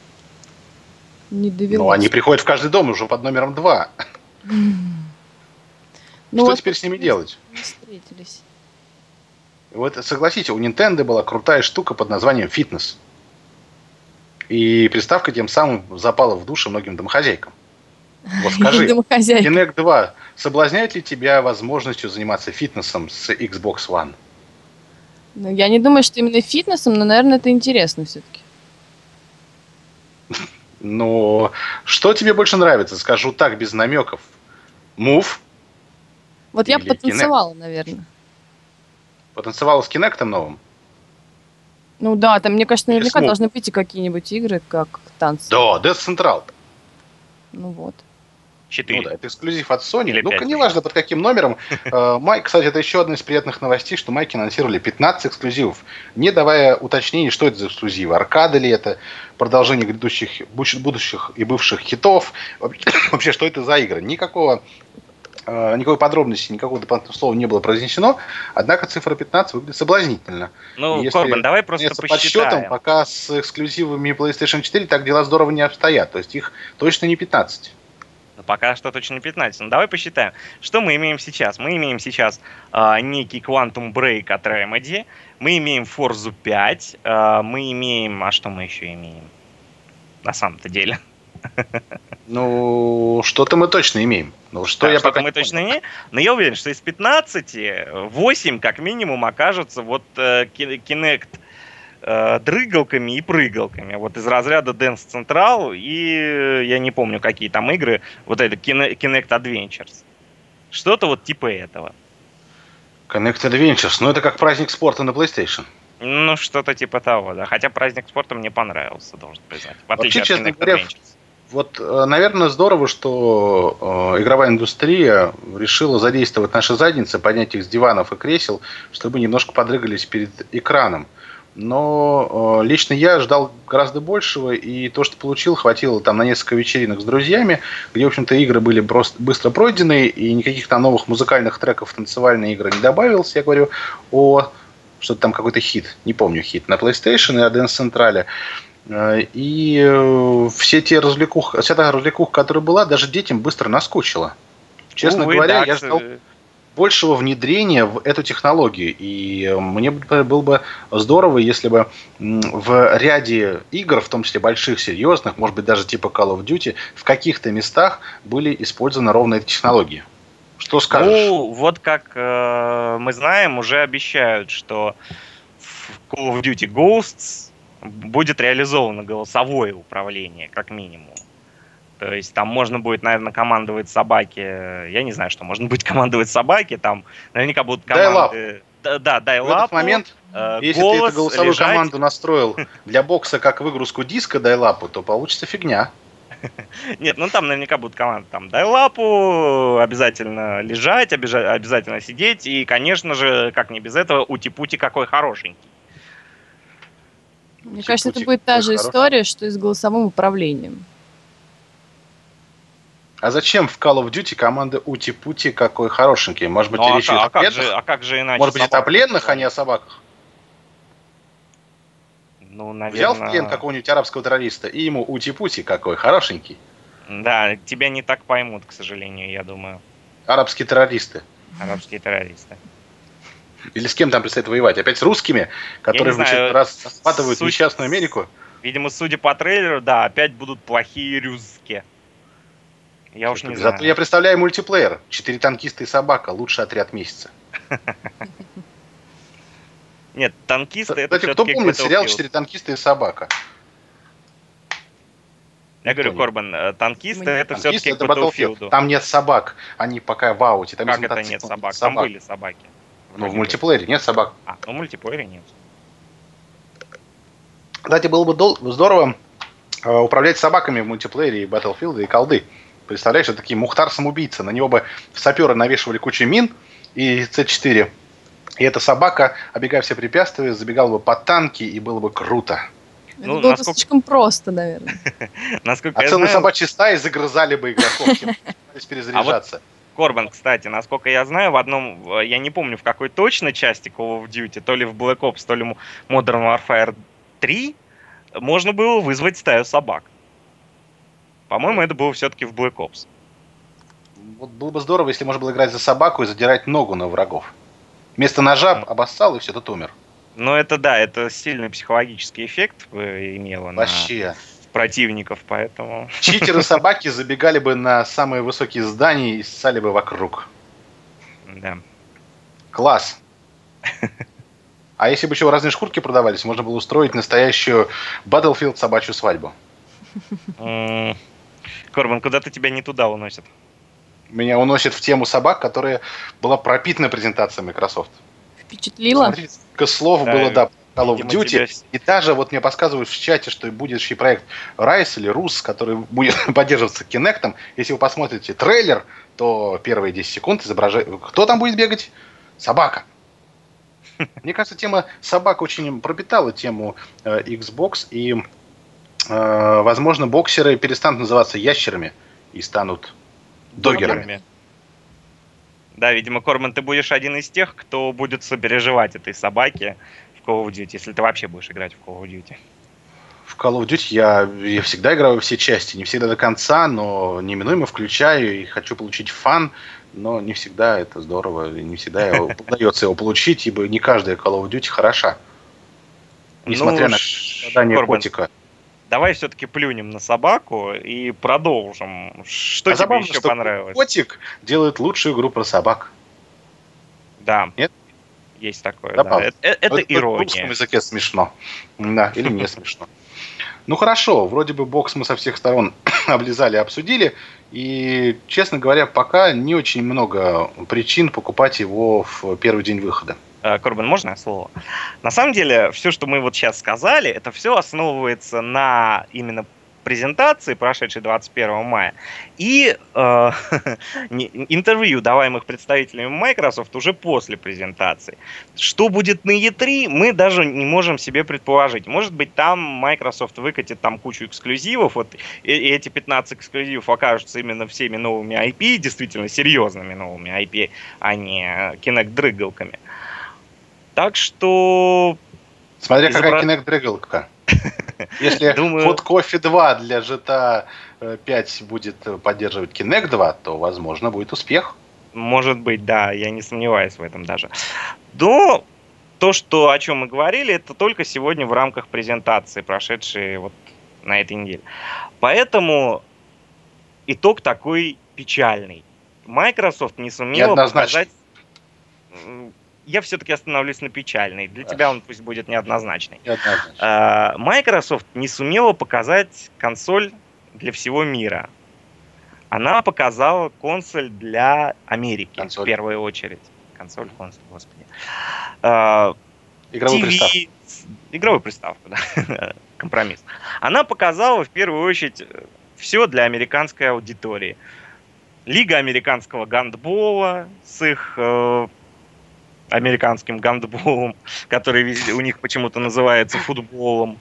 Не довелось. Ну, они приходят в каждый дом уже под номером два. Ну, Что вот теперь с ними делать? не встретились. Вот согласитесь, у Nintendo была крутая штука под названием фитнес. И приставка тем самым запала в душу многим домохозяйкам. Вот скажи, Домохозяйка. Kinect два соблазняет ли тебя возможностью заниматься фитнесом с Xbox One? Ну, я не думаю, что именно фитнесом, но, наверное, это интересно все-таки. Но что тебе больше нравится? Скажу так, без намеков. Move. Вот я Или потанцевала, наверное. Потанцевала с Kinect новым? Ну да, там, мне кажется, Или наверняка смог? должны быть и какие-нибудь игры, как танцы. Да, Death Central. Ну вот. Четыре. Ну да, это эксклюзив от Sony. Или Ну-ка, пять неважно под каким номером. Э, Майк, кстати, это еще одна из приятных новостей, что Майки анонсировали пятнадцать эксклюзивов, не давая уточнений, что это за эксклюзивы. Аркада ли это, продолжение грядущих, буч- будущих и бывших хитов. Вообще, что это за игры? Никакого, э, никакой подробности, никакого дополнительного слова не было произнесено, однако цифра пятнадцать выглядит соблазнительно. Ну, Если Корбан, давай просто По подсчетам, посчитаем. пока с эксклюзивами PlayStation четыре так дела здорово не обстоят. То есть их точно не пятнадцать. Ну, пока что точно не пятнадцать. Ну давай посчитаем. Что мы имеем сейчас? Мы имеем сейчас э, некий Quantum Break от Remedy, мы имеем Forza пять, э, мы имеем... А что мы еще имеем? На самом-то деле. Ну, что-то мы точно имеем. Ну, что да, я что-то пока мы точно имеем. Но я уверен, что из пятнадцати восемь как минимум окажутся вот э, Kinect э, дрыгалками и прыгалками. Вот из разряда Dance Central и я не помню, какие там игры. Вот это Kinect Adventures. Что-то вот типа этого. Kinect Adventures. Ну, это как праздник спорта на PlayStation. Ну, что-то типа того, да. Хотя праздник спорта мне понравился, должен признать. В отличие Вообще, от честно Kinect говоря, Adventures. Вот, наверное, здорово, что э, игровая индустрия решила задействовать наши задницы, поднять их с диванов и кресел, чтобы немножко подрыгались перед экраном. Но э, лично я ждал гораздо большего, и то, что получил, хватило там на несколько вечеринок с друзьями, где, в общем-то, игры были просто быстро пройдены, и никаких там новых музыкальных треков в танцевальные игры не добавилось. Я говорю о... Что-то там какой-то хит, не помню, хит на PlayStation и о Dance Central. И все те развлекух, вся та развлекуха, которая была, даже детям быстро наскучила. Честно Увы, говоря, да, я ждал большего внедрения в эту технологию. И мне было бы здорово, если бы в ряде игр, в том числе больших, серьезных, может быть, даже типа Call of Duty, в каких-то местах были использованы ровно эти технологии. Что скажешь? Ну, вот как э, мы знаем, уже обещают, что в Call of Duty Ghosts будет реализовано голосовое управление, как минимум. То есть там можно будет, наверное, командовать собаки. Я не знаю, что можно будет командовать собаки. Там наверняка будут команды... Да, да, дай лапу. В этот момент, э, если голос, ты эту голосовую лежать... команду настроил для бокса как выгрузку диска дай лапу, то получится фигня. Нет, ну там наверняка будут команды. Там дай лапу, обязательно лежать, обязательно сидеть. И, конечно же, как не без этого, ути-пути какой хорошенький. Мне кажется, это будет та же история, что и с голосовым управлением. А зачем в Call of Duty команда ути-пути какой хорошенький? Может быть, ну, речь а, идет а о как пленных? же, а как же иначе? Может быть, это о пленных, а не о собаках? Ну, наверное... Взял в плен какого-нибудь арабского террориста, и ему ути-пути какой хорошенький. Да, тебя не так поймут, к сожалению, я думаю. Арабские террористы. Арабские террористы. Или с кем там предстоит воевать? Опять с русскими, которые в очередной раз захватывают суть... несчастную Америку? Видимо, судя по трейлеру, да, опять будут плохие русские. Я уж не знаю. Зато я представляю мультиплеер. Четыре танкиста и собака. Лучший отряд месяца. Нет, танкисты это Кстати, кто помнит сериал «Четыре танкиста и собака»? Я говорю, Корбан, танкисты это все-таки к Battlefield. Там нет собак. Они пока в ауте. Как это нет собак? Там были собаки. Ну, в мультиплеере нет собак. А, ну в мультиплеере нет. Кстати, было бы здорово э, управлять собаками в мультиплеере и Battlefield, и колды. Представляешь, это такие Мухтар-самоубийца. На него бы саперы навешивали кучу мин и С четыре. И эта собака, обегая все препятствия, забегала бы под танки, и было бы круто. Это ну, было насколько... бы слишком просто, наверное. насколько а целые знаю... собачьи стаи загрызали бы игроков, пытались перезаряжаться. Корбан, кстати, насколько я знаю, в одном, я не помню в какой точно части Call of Duty, то ли в Black Ops, то ли Modern Warfare три, можно было вызвать стаю собак. По-моему, это было все-таки в Black Ops. Вот было бы здорово, если можно было играть за собаку и задирать ногу на врагов. Вместо ножа mm. обоссал, и все, тот умер. Ну, это да, это сильный психологический эффект имело Вообще. на противников, поэтому... Читеры-собаки забегали бы на самые высокие здания и ссали бы вокруг. Да. Класс. А если бы еще разные шкурки продавались, можно было устроить настоящую Battlefield собачью свадьбу. Корбан, куда-то тебя не туда уносит. Меня уносит в тему собак, которая была пропитана презентацией Microsoft. Впечатлила? Смотрите, сколько слов да, было, да, Call of Duty. Тебя... И даже вот мне подсказывают в чате, что будет еще проект Rise или Rus, который будет поддерживаться Kinect. Если вы посмотрите трейлер, то первые десять секунд изображает... Кто там будет бегать? Собака. Мне кажется, тема собак очень пропитала тему э, Xbox. И, э, возможно, боксеры перестанут называться ящерами и станут догерами. Да, видимо, Корман, ты будешь один из тех, кто будет сопереживать этой собаке в Call of Duty, если ты вообще будешь играть в Call of Duty. В В Call of Duty я, я всегда играю во все части, не всегда до конца, но неминуемо включаю и хочу получить фан, но не всегда это здорово, и не всегда удается его получить, ибо не каждая Call of Duty хороша. Несмотря Ну, на ш- страдания Корбан, котика. давай все-таки плюнем на собаку и продолжим. Что А тебе забавно, еще что понравилось? котик делает лучшую игру про собак. Да, Нет? есть такое, да. Забавно. Это, это Вот на русском ирония. языке смешно. Да, или не смешно. Ну хорошо, вроде бы бокс мы со всех сторон облизали, обсудили. И, честно говоря, пока не очень много причин покупать его в первый день выхода. Э, Корбан, можно я слово? На самом деле, все, что мы вот сейчас сказали, это все основывается на именно презентации, прошедшей двадцать первого мая, и э, не- интервью, даваемых представителями Microsoft уже после презентации. Что будет на и три, мы даже не можем себе предположить. Может быть, там Microsoft выкатит там кучу эксклюзивов, вот, и, и эти пятнадцать эксклюзивов окажутся именно всеми новыми ай пи, действительно серьезными новыми ай пи, а не Kinect-дрыгалками. Так что... Смотря Изобра- какая Kinect-дрыгалка. Если Думаю- Hot Coffee два для джи ти эй пять будет поддерживать Kinect два, то, возможно, будет успех. Может быть, да, я не сомневаюсь в этом даже. Но то, что, о чем мы говорили, это только сегодня в рамках презентации, прошедшей вот на этой неделе. Поэтому итог такой печальный. Microsoft не сумела Неоднозначный. показать... М, Я все-таки остановлюсь на печальный. Для тебя он пусть будет неоднозначный. Неоднозначно. А, Microsoft не сумела показать консоль для всего мира. Она показала консоль для Америки Консоль. в первую очередь. Консоль, консоль, господи. А, Игровую ти ви, приставку. игровую приставку, да. Компромисс. Она показала в первую очередь все для американской аудитории. Лига американского гандбола с их э, американским гандболом, который везде- у них почему-то называется футболом.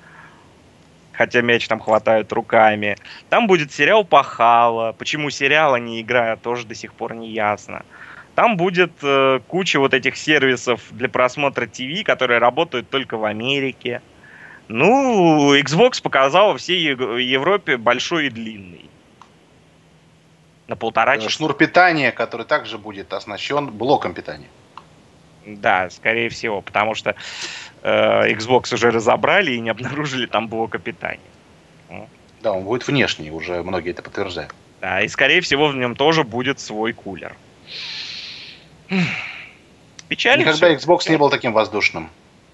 Хотя мяч там хватают руками. Там будет сериал «Пахало». Почему сериал, а не игра, тоже до сих пор не ясно. Там будет э, куча вот этих сервисов для просмотра ти ви, которые работают только в Америке. Ну, Xbox показала всей Ев- Европе большой и длинный. На полтора часа. Шнур питания, который также будет оснащен блоком питания. Да, скорее всего, потому что э, Xbox уже разобрали и не обнаружили там блока питания. Да, он будет внешний, уже многие это подтверждают. Да, и скорее всего в нем тоже будет свой кулер. Печально. Никогда всё. Xbox не был таким воздушным.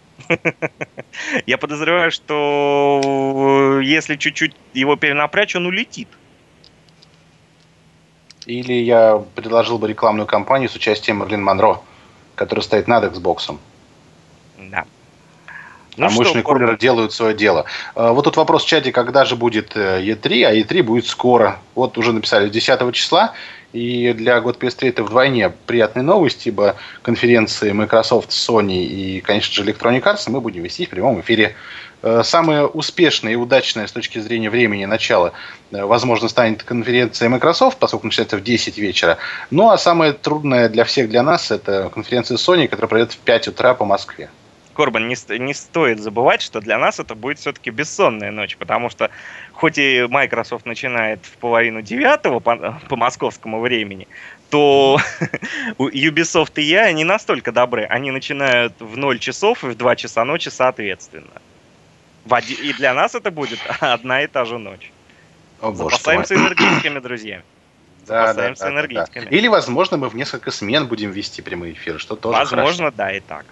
Я подозреваю, что если чуть-чуть его перенапрячь, он улетит. Или я предложил бы рекламную кампанию с участием Мерлин Монро, который стоит над Xbox. Да. А мощные Корбан? кулеры делают свое дело. А, Вот тут вопрос в чате, когда же будет э, и три, а и три будет скоро. Вот уже написали десятого числа, и для год пи эс три это вдвойне приятная новость, ибо конференции Microsoft, Sony и, конечно же, Electronic Arts мы будем вести в прямом эфире. Э, Самое успешное и удачное с точки зрения времени начала, э, возможно, станет конференция Microsoft, поскольку начинается в десять вечера. Ну, а самое трудное для всех, для нас, это конференция Sony, которая пройдет в пять утра по Москве. Корбан, не, ст- не стоит забывать, что для нас это будет все-таки бессонная ночь, потому что хоть и Microsoft начинает в половину девятого по, по московскому времени, то у Ubisoft и я не настолько добры. Они начинают в ноль часов и в два часа ночи соответственно. В оди- И для нас это будет одна и та же ночь. О, боже ты мой. Запасаемся энергетиками, друзья. Да, Запасаемся да, да, да, энергетиками. да. Или, возможно, мы в несколько смен будем вести прямые эфиры, что тоже Возможно, хорошо. да, и так.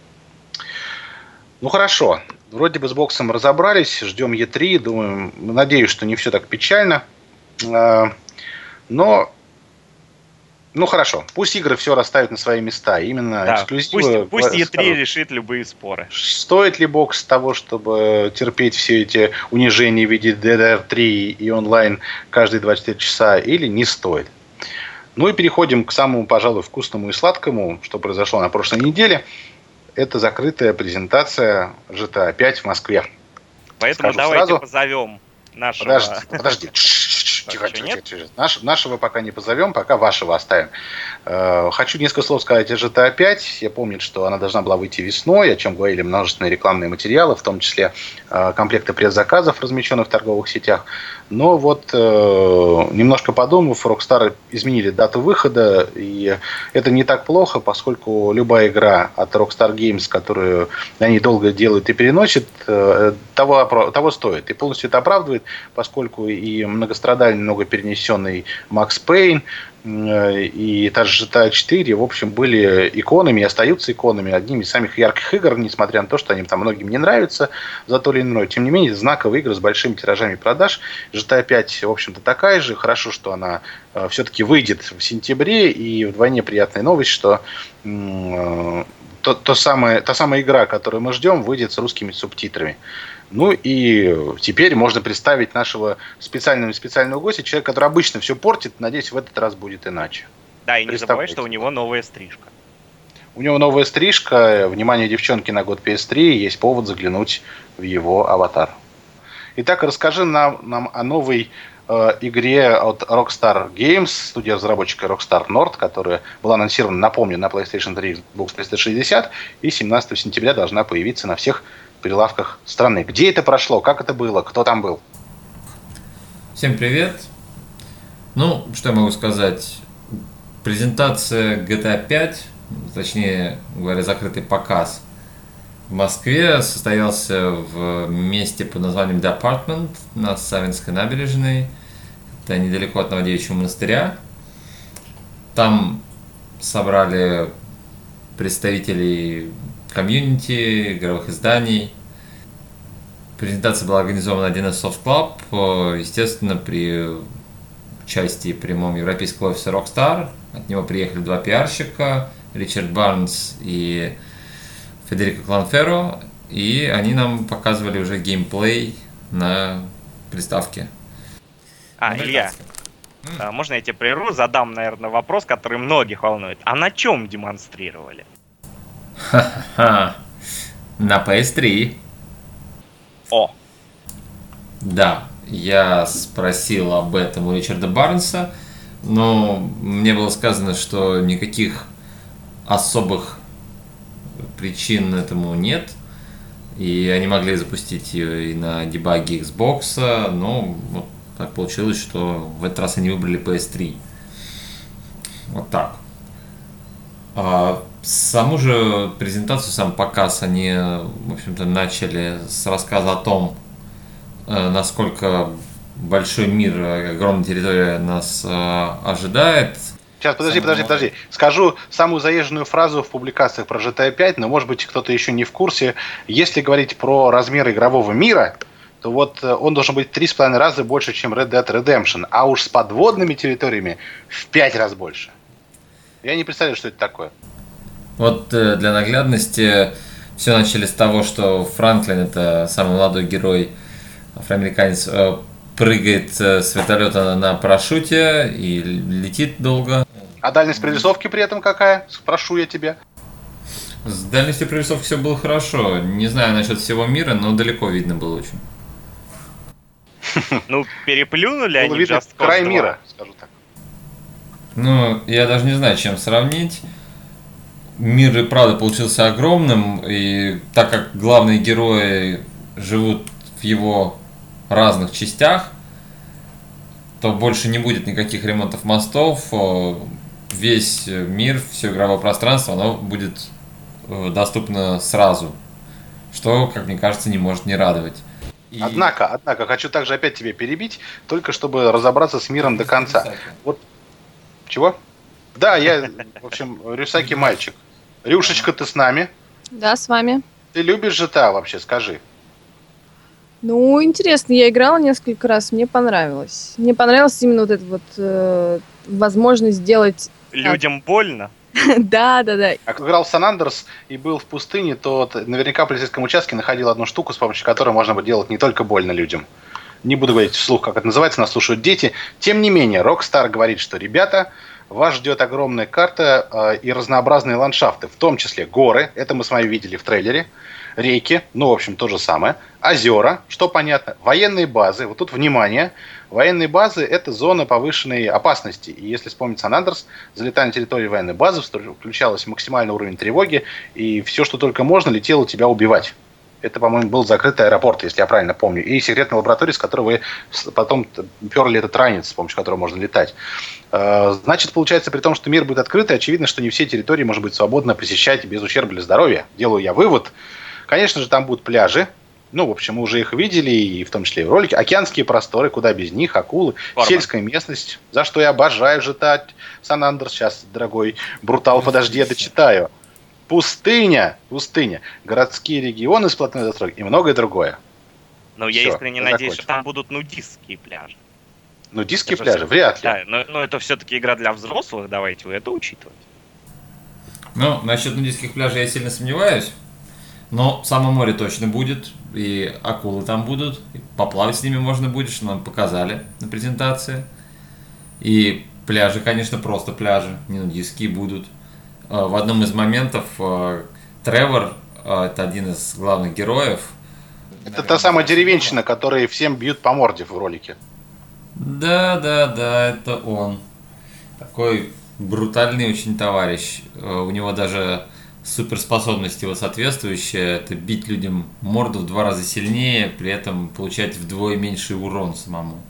Ну хорошо, вроде бы с боксом разобрались, ждем и три, думаю, надеюсь, что не все так печально. А, Но, ну хорошо, пусть игры все расставят на свои места, именно Да. эксклюзивы. Пусть, пусть и три скажут, решит любые споры. стоит ли бокс того, чтобы терпеть все эти унижения в виде ди ди ар три и онлайн каждые двадцать четыре часа, или не стоит. Ну и переходим к самому, пожалуй, вкусному и сладкому, что произошло на прошлой неделе. Это закрытая презентация джи ти эй пять в Москве. Поэтому Скажу давайте сразу. позовем нашего... Подожди, подожди. Тихо, тихо, тихо. Наш, нашего пока не позовем, пока вашего оставим. Э, хочу несколько слов сказать о джи ти эй пять. Я помню, что она должна была выйти весной, о чем говорили множественные рекламные материалы, в том числе э, комплекты предзаказов, размещенных в торговых сетях. Но вот, э, немножко подумав, Rockstar изменили дату выхода, и это не так плохо, поскольку любая игра от Rockstar Games, которую они долго делают и переносят, э, того, того стоит. И полностью это оправдывает, поскольку и многострадальный, много перенесенный Макс Пейн, и та же джи ти эй четыре, в общем, были иконами и остаются иконами, одними из самых ярких игр, несмотря на то, что они там многим не нравятся за то или иное. Тем не менее, знаковые игры с большими тиражами продаж. джи ти эй пять, в общем-то, такая же. Хорошо, что она э, все-таки выйдет в сентябре, и вдвойне приятная новость, что э, то, то самое, та самая игра, которую мы ждем, выйдет с русскими субтитрами. Ну и теперь можно представить нашего специального специального гостя, человек, который обычно все портит. Надеюсь, в этот раз будет иначе. Да, и не забывай, что у него новая стрижка. У него новая стрижка. Внимание, девчонки, на год пи эс три. Есть повод заглянуть в его аватар. Итак, расскажи нам, нам о новой э, игре от Rockstar Games, студия разработчика Rockstar North, которая была анонсирована, напомню, на PlayStation три, Xbox триста шестьдесят, и семнадцатого сентября должна появиться на всех прилавках страны. Где это прошло? Как это было? Кто там был? Всем привет. Ну, что я могу сказать? Презентация джи ти эй пять, точнее говоря, закрытый показ в Москве состоялся в месте под названием The Apartment на Савинской набережной. Это недалеко от Новодевичьего монастыря. Там собрали представителей комьюнити, игровых изданий. Презентация была организована один эс Soft Club, естественно, при участии прямом европейского офиса Rockstar. От него приехали два пиарщика, Ричард Барнс и Федерико Кланферо, и они нам показывали уже геймплей на приставке. А, Илья, mm. можно я тебе прерву, задам, наверное, вопрос, который многих волнует. А на чем демонстрировали? Ха-ха-ха. На пи эс три. О! Да, я спросил об этом у Ричарда Барнса, но мне было сказано, что никаких особых причин этому нет, и они могли запустить ее и на дебаге Xbox, но вот так получилось, что в этот раз они выбрали пи эс три. Вот так. А саму же презентацию, сам показ они, в общем-то, начали с рассказа о том, насколько большой мир, огромная территория нас ожидает. Сейчас, подожди, подожди, подожди. Скажу самую заезженную фразу в публикациях про джи ти эй пять, но, может быть, кто-то еще не в курсе. Если говорить про размер игрового мира, то вот он должен быть в три с половиной раза больше, чем Red Dead Redemption, а уж с подводными территориями в пять раз больше. Я не представляю, что это такое. Вот для наглядности все начали с того, что Франклин, это самый молодой герой, афроамериканец, прыгает с вертолета на парашюте и летит долго. А дальность прорисовки при этом какая? Спрошу я тебя. С дальностью прорисовки все было хорошо. Не знаю насчет всего мира, но далеко видно было очень. Ну, переплюнули они видно Just Cause край два. Мира, скажу так. Ну, я даже не знаю, чем сравнить. Мир и правда получился огромным, и так как главные герои живут в его разных частях, то больше не будет никаких ремонтов мостов. Весь мир, все игровое пространство, оно будет доступно сразу, что, как мне кажется, не может не радовать. И... Однако, однако, хочу также опять тебя перебить, только чтобы разобраться с миром до конца. Вот. Чего? Да, я, в общем, Рюсаки мальчик. Рюшечка, ты с нами? Да, с вами. Ты любишь джи ти эй вообще, скажи. Ну, интересно, я играла несколько раз, мне понравилось. Мне понравилась именно вот эта вот э, возможность сделать... Людям больно? Да, да, да. А кто играл в Сан Андреас и был в пустыне, то наверняка в полицейском участке находил одну штуку, с помощью которой можно было делать не только больно людям. Не буду говорить вслух, как это называется, нас слушают дети. Тем не менее, Rockstar говорит, что, ребята, вас ждет огромная карта э, и разнообразные ландшафты, в том числе горы, это мы с вами видели в трейлере, реки, ну, в общем, то же самое, озера, что понятно, военные базы, вот тут внимание, военные базы – это зона повышенной опасности, и если вспомнить Сан Андреас, залетая на территорию военной базы, включалось максимальный уровень тревоги, и все, что только можно, летело тебя убивать. Это, по-моему, был закрытый аэропорт, если я правильно помню. И секретная лаборатория, с которой вы потом перли этот ранец, с помощью которого можно летать. Значит, получается, при том, что мир будет открытый, очевидно, что не все территории можно будет свободно посещать без ущерба для здоровья. Делаю я вывод. Конечно же, там будут пляжи. Ну, в общем, мы уже их видели, и в том числе и в ролике. Океанские просторы, куда без них, акулы, Форма. Сельская местность, за что я обожаю житать. Сан Андреас, сейчас, дорогой Брутал, подожди, я дочитаю. Пустыня, пустыня, городские регионы с плотной застройкой и многое другое. Но я Все, искренне я надеюсь, закончил. Что там будут нудистские пляжи. Нудистские это пляжи? Все... Вряд ли. Да, но, но это все-таки игра для взрослых, давайте вы это учитывать. Ну, насчет нудистских пляжей я сильно сомневаюсь. Но само море точно будет, и акулы там будут, и поплавать с ними можно будет, что нам показали на презентации. И пляжи, конечно, просто пляжи, не нудистские будут. В одном из моментов Тревор, это один из главных героев. Это та самая деревенщина, которая всем бьют по морде в ролике. Да, да, да, это он. Такой брутальный очень товарищ. У него даже суперспособность его соответствующая. Это бить людям морду в два раза сильнее, при этом получать вдвое меньший урон самому.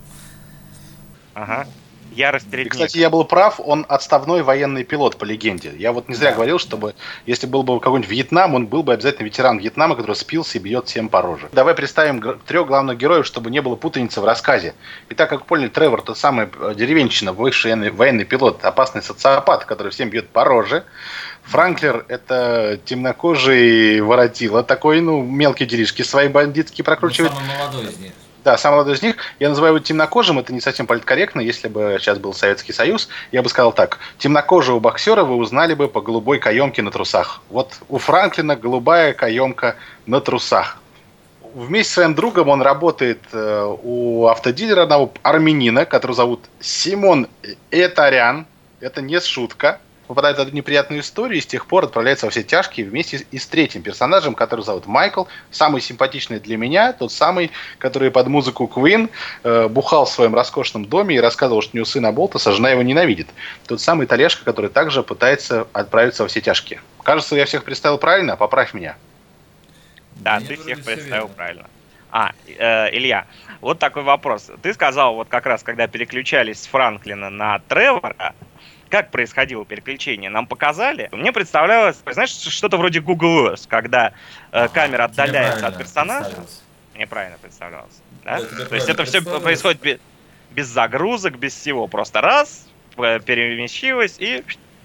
Ага. Ярость редник. И, кстати, я был прав, он отставной военный пилот, по легенде. Я вот не зря говорил, чтобы, если был бы какой-нибудь Вьетнам, он был бы обязательно ветеран Вьетнама, который спился и бьет всем по роже. Давай представим гр- трех главных героев, чтобы не было путаницы в рассказе. И так как поняли, Тревор, тот самый деревенщина, высший военный, военный пилот, опасный социопат, который всем бьет по роже. Франклер – это темнокожий воротила, такой, ну, мелкий делишки свои бандитские прокручивает. Самый молодой из них. Да, самый молодой из них. Я называю его темнокожим, это не совсем политкорректно. Если бы сейчас был Советский Союз, я бы сказал так. Темнокожего боксера вы узнали бы по голубой каемке на трусах. Вот у Франклина голубая каемка на трусах. Вместе с своим другом он работает э, у автодилера одного армянина, которого зовут Симон Этарян. Это не шутка. Попадает в эту неприятную историю и с тех пор отправляется во все тяжкие вместе и с третьим персонажем, который зовут Майкл. Самый симпатичный для меня, тот самый, который под музыку Queen э, бухал в своем роскошном доме и рассказывал, что у него сына Болтаса, жена его ненавидит. Тот самый Талешка, который также пытается отправиться во все тяжкие. Кажется, я всех представил правильно, поправь меня. Да, ты всех представил правильно. А, э, Илья, вот такой вопрос. Ты сказал, вот как раз, когда переключались с Франклина на Тревора, как происходило переключение? Нам показали. Мне представлялось, знаешь, что-то вроде Google Earth, когда э, камера отдаляется от персонажа. Мне правильно представлялось. Да? Да, то есть это все происходит без, без загрузок, без всего. Просто раз, перемещилось и...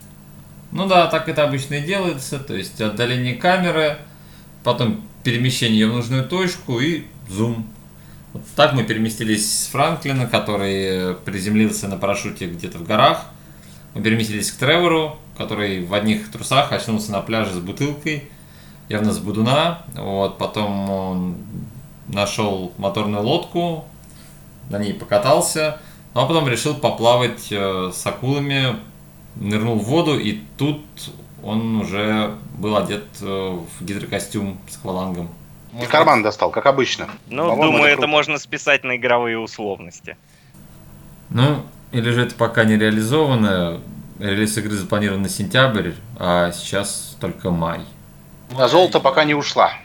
Ну да, так это обычно и делается. То есть отдаление камеры, потом перемещение ее в нужную точку и зум. Вот так мы переместились с Франклина, который приземлился на парашюте где-то в горах. Мы переместились к Тревору, который в одних трусах очнулся на пляже с бутылкой, явно с будуна. Вот, потом он нашел моторную лодку, на ней покатался, ну, а потом решил поплавать э, с акулами, нырнул в воду, и тут он уже был одет э, в гидрокостюм с аквалангом. И карман достал, как обычно. Ну, По-моему, думаю, это, это можно списать на игровые условности. Ну, или же это пока не реализовано. Релиз игры запланирован на сентябрь, а сейчас только май. До золота пока не ушла.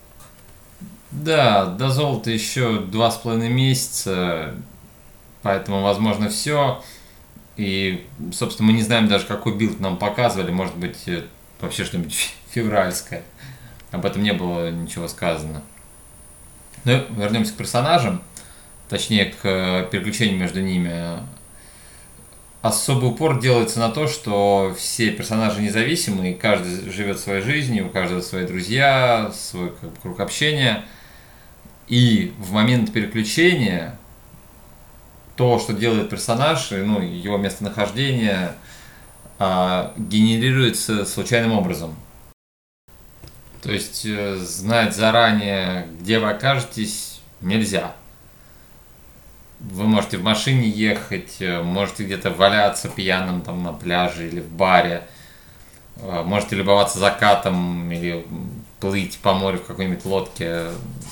Да, до золота еще два с половиной месяца, поэтому возможно все. И, собственно, мы не знаем даже, какой билд нам показывали. Может быть, вообще что-нибудь февральское. Об этом не было ничего сказано. Ну, вернемся к персонажам, точнее, к переключению между ними. Особый упор делается на то, что все персонажи независимы, и каждый живет своей жизнью, у каждого свои друзья, свой как бы, круг общения. И в момент переключения то, что делает персонаж, ну, его местонахождение, генерируется случайным образом. То есть знать заранее, где вы окажетесь, нельзя. Вы можете в машине ехать, можете где-то валяться пьяным там на пляже или в баре, можете любоваться закатом или плыть по морю в какой-нибудь лодке.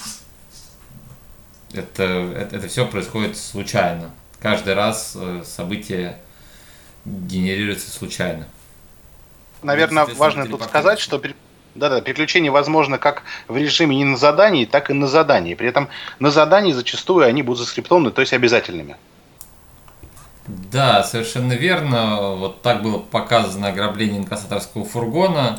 Это, это, это все происходит случайно. Каждый раз событие генерируется случайно. Наверное, важно тут сказать, что да-да, переключение возможно как в режиме не на задании, так и на задании. При этом на задании зачастую они будут заскриптованы, то есть обязательными. Да, совершенно верно. Вот так было показано ограбление инкассаторского фургона.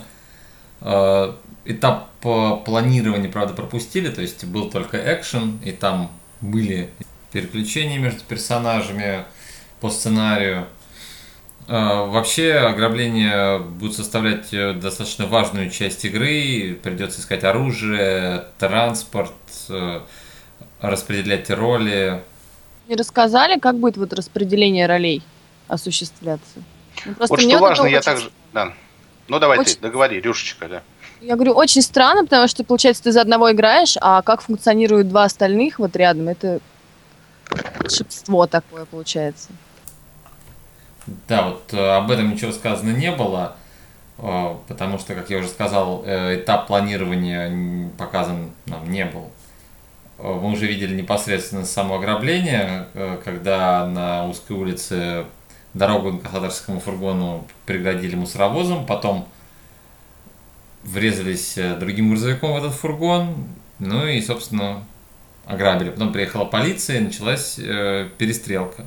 Этап планирования, правда, пропустили, то есть был только экшен, и там были переключения между персонажами по сценарию. Вообще, ограбление будет составлять достаточно важную часть игры. Придется искать оружие, транспорт, распределять роли. Не рассказали, как будет вот распределение ролей осуществляться? Ну, вот что важно, я также... Да. Ну, давай очень... ты договори, Рюшечка, да. Я говорю, очень странно, потому что, получается, ты за одного играешь, а как функционируют два остальных вот рядом, это волшебство такое получается. Да, вот об этом ничего сказано не было, потому что, как я уже сказал, этап планирования показан нам не был. Мы уже видели непосредственно само ограбление, когда на узкой улице дорогу инкассаторскому фургону преградили мусоровозом, потом врезались другим грузовиком в этот фургон, ну и, собственно, ограбили. Потом приехала полиция, и началась перестрелка,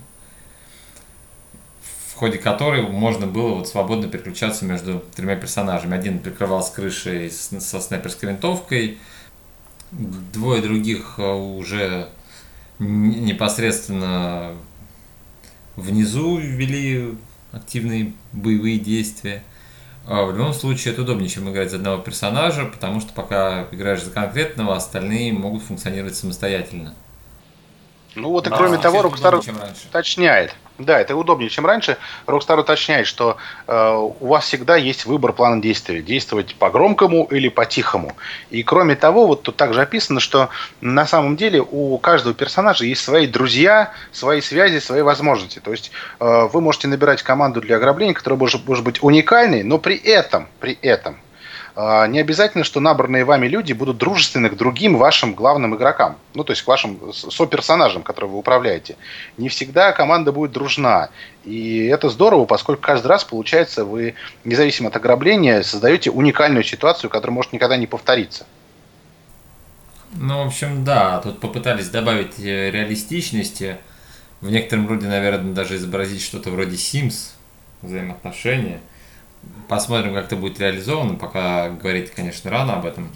в ходе которой можно было вот свободно переключаться между тремя персонажами. Один прикрывал с крыши со снайперской винтовкой, двое других уже непосредственно внизу вели активные боевые действия. В любом случае это удобнее, чем играть за одного персонажа, потому что пока играешь за конкретного, остальные могут функционировать самостоятельно. Ну вот и да, кроме того, Rockstar уточняет. Да, это удобнее, чем раньше. Rockstar уточняет, что э, у вас всегда есть выбор плана действия. Действовать по-громкому или по-тихому. И кроме того, вот тут также описано, что на самом деле у каждого персонажа есть свои друзья, свои связи, свои возможности. То есть э, вы можете набирать команду для ограбления, которая может, может быть уникальной, но при этом, при этом не обязательно, что набранные вами люди будут дружественны к другим вашим главным игрокам. Ну, то есть к вашим соперсонажам, которые вы управляете. Не всегда команда будет дружна. И это здорово, поскольку каждый раз, получается, вы, независимо от ограбления, создаете уникальную ситуацию, которая может никогда не повториться. Ну, в общем, да. Тут попытались добавить реалистичности. В некотором роде, наверное, даже изобразить что-то вроде Sims, взаимоотношения. Посмотрим, как это будет реализовано, пока говорить, конечно, рано об этом.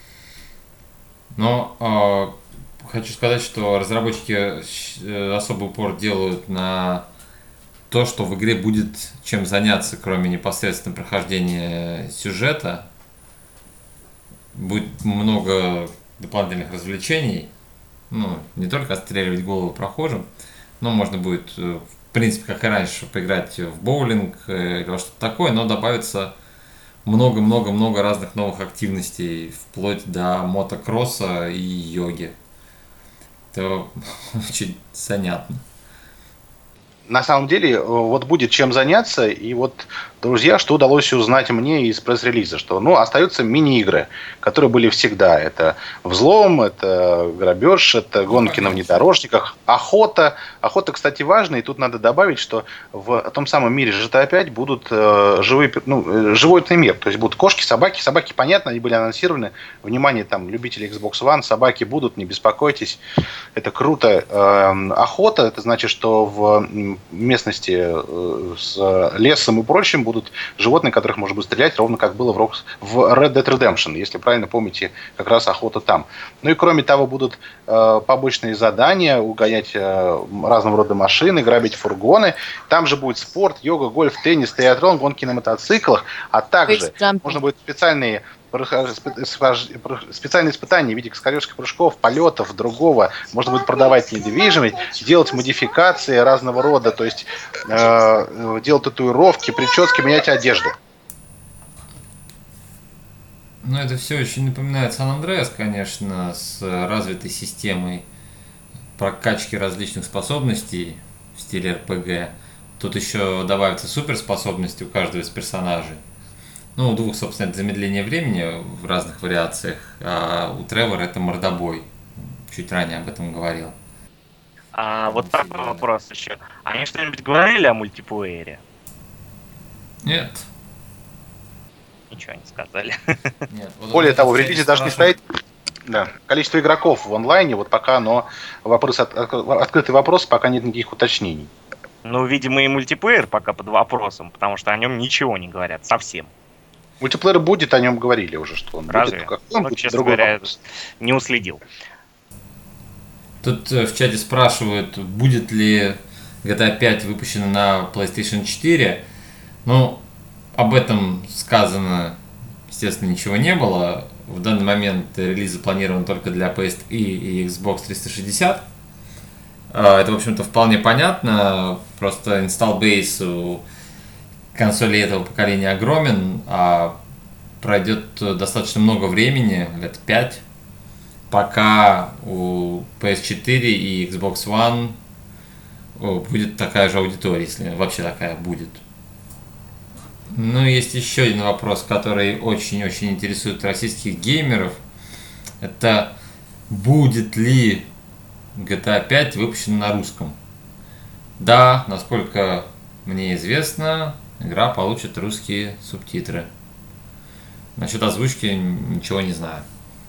Но э, хочу сказать, что разработчики особый упор делают на то, что в игре будет чем заняться, кроме непосредственно прохождения сюжета. Будет много дополнительных развлечений. Ну, не только отстреливать голову прохожим, но можно будет... В принципе, как и раньше, поиграть в боулинг или во что-то такое, но добавится много-много-много разных новых активностей, вплоть до мотокросса и йоги. Это очень занятно. На самом деле, вот будет чем заняться, и вот, друзья, что удалось узнать мне из пресс-релиза, что, ну, остаются мини-игры, которые были всегда. Это взлом, это грабеж, это гонки на внедорожниках, охота. Охота, кстати, важна, и тут надо добавить, что в том самом мире джи ти эй пять будут э, живые, ну, животный мир, то есть будут кошки, собаки. Собаки, понятно, они были анонсированы. Внимание, там, любители Xbox One, собаки будут, не беспокойтесь. Это круто. Э, охота, это значит, что в местности с лесом и прочим будут животные, которых можно будет стрелять, ровно как было в Red Dead Redemption, если правильно помните, как раз охота там. Ну и кроме того, будут э, побочные задания, угонять э, разного рода машины, грабить фургоны. Там же будет спорт, йога, гольф, теннис, триатлон, гонки на мотоциклах, а также можно будет специальные специальные испытания в виде скоростных прыжков, полетов, другого. Можно будет продавать недвижимость, делать модификации разного рода, то есть э, делать татуировки, прически, менять одежду. Ну, это все очень напоминает Сан Андреас, конечно, с развитой системой прокачки различных способностей в стиле эр пи джи. Тут еще добавятся суперспособности у каждого из персонажей. Ну, у двух, собственно, это замедление времени в разных вариациях, а у Тревора это мордобой. Чуть ранее об этом говорил. А вот такой вопрос еще. Они что-нибудь говорили о мультиплеере? Нет. Ничего не сказали. Нет. Вот Более вот того, в кстати, релизе даже не спрашивают- стоит да, количество игроков в онлайне, вот пока оно вопрос, от- от- открытый вопрос, пока нет никаких уточнений. Ну, видимо, и мультиплеер пока под вопросом, потому что о нем ничего не говорят совсем. Мультиплеер будет, о нем говорили уже, что он Разве? будет. Какой он Ну, будет, честно другой говоря, вопрос. не уследил. Тут э, в чате спрашивают, будет ли джи ти эй пять выпущена на PlayStation четыре. Ну, об этом сказано, естественно, ничего не было. В данный момент релиз запланирован только для пи эс пи и Xbox триста шестьдесят. А, Это, в общем-то, вполне понятно. Просто инсталл-бейс у консолей этого поколения огромен, а пройдет достаточно много времени, лет пять, пока у пи эс четыре и Xbox One о, будет такая же аудитория, если вообще такая будет. Ну, есть еще один вопрос, который очень-очень интересует российских геймеров. Это будет ли джи ти эй пять выпущена на русском? Да, насколько мне известно, игра получит русские субтитры. Насчет озвучки ничего не знаю.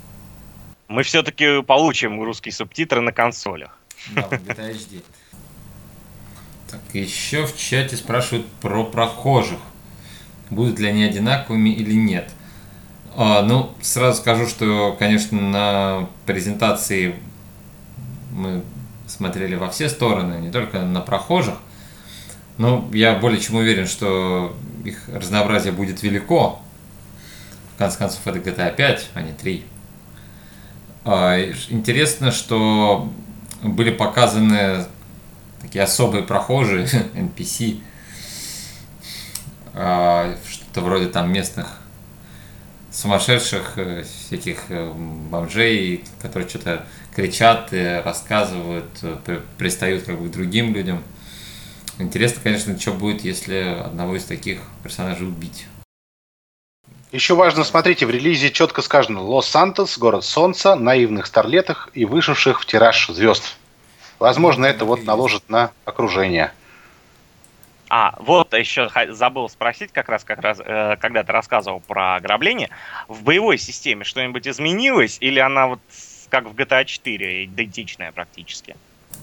Мы все-таки получим русские субтитры на консолях. Да, в джи ти эй эйч ди. Так, еще в чате спрашивают про прохожих. Будут ли они одинаковыми или нет. А, ну, сразу скажу, что, конечно, на презентации мы смотрели во все стороны, не только на прохожих. Но я более чем уверен, что их разнообразие будет велико. В конце концов, это джи ти эй пять, а не три. А, интересно, что были показаны такие особые прохожие, эн пи си, а, что-то вроде там местных сумасшедших, э, всяких э, бомжей, которые что-то кричат, и рассказывают, э, при- пристают как бы к другим людям. Интересно, конечно, что будет, если одного из таких персонажей убить. Еще важно, смотрите, в релизе четко сказано: Лос-Сантос, город солнца, наивных старлетах и вышедших в тираж звезд. Возможно, это вот наложит на окружение. А, вот еще ха- забыл спросить, как раз, как раз, э, когда ты рассказывал про ограбление. В боевой системе что-нибудь изменилось, или она вот с- как в джи ти эй четыре, идентичная практически?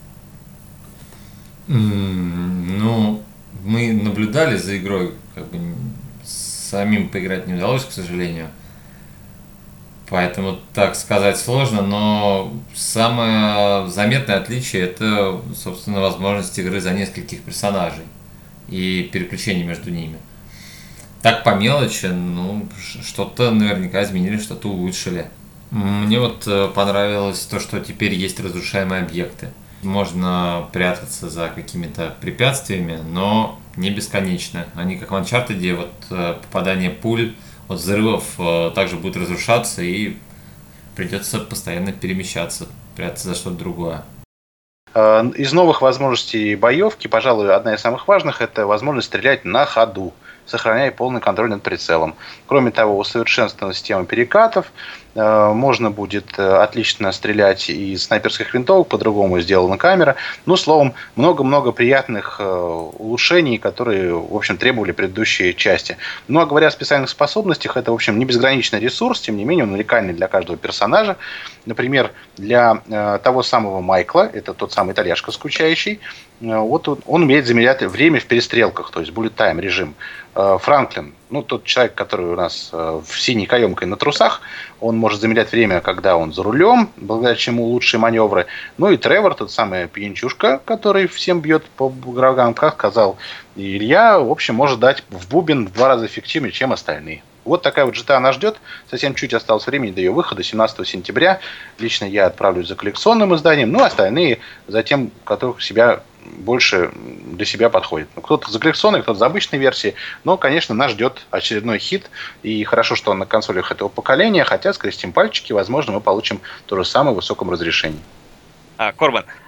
М, Ну, мы наблюдали за игрой, как бы н- самим поиграть не удалось, к сожалению. Поэтому так сказать сложно, но самое заметное отличие это, собственно, возможность игры за нескольких персонажей и переключение между ними. Так по мелочи, ну, ш- что-то наверняка изменили, что-то улучшили. Мне вот э, понравилось то, что теперь есть разрушаемые объекты. Можно прятаться за какими-то препятствиями, но не бесконечно. Они как в Uncharted, вот э, попадание пуль от взрывов э, также будут разрушаться, и придется постоянно перемещаться, прятаться за что-то другое. Э, Из новых возможностей боевки, пожалуй, одна из самых важных — это возможность стрелять на ходу, сохраняя полный контроль над прицелом. Кроме того, усовершенствована система перекатов. Э, Можно будет э, отлично стрелять из снайперских винтовок, по-другому сделана камера. Ну, словом, много-много приятных э, улучшений, которые, в общем, требовали предыдущие части. Ну, а говоря о специальных способностях, это, в общем, не безграничный ресурс, тем не менее, он уникальный для каждого персонажа. Например, для э, того самого Майкла, это тот самый итальяшка скучающий, э, вот он, он умеет замерять время в перестрелках, то есть bullet time режим. Э, Франклин, ну, тот человек, который у нас э, в синей каемкой на трусах, он может замедлять время, когда он за рулем, благодаря чему лучшие маневры. Ну и Тревор, тот самый пьянчушка, который всем бьет по врагам, как сказал Илья, в общем, может дать в бубен в два раза эффективнее, чем остальные. Вот такая вот джи ти эй нас ждет. Совсем чуть осталось времени до ее выхода, семнадцатого сентября. Лично я отправлюсь за коллекционным изданием, ну, а остальные за тем, которых себя больше для себя подходит. Ну, кто-то за коллекционные, кто-то за обычные версии. Но, конечно, нас ждет очередной хит. И хорошо, что он на консолях этого поколения. Хотя, скрестим пальчики, возможно, мы получим то же самое в высоком разрешении. А, Корбан,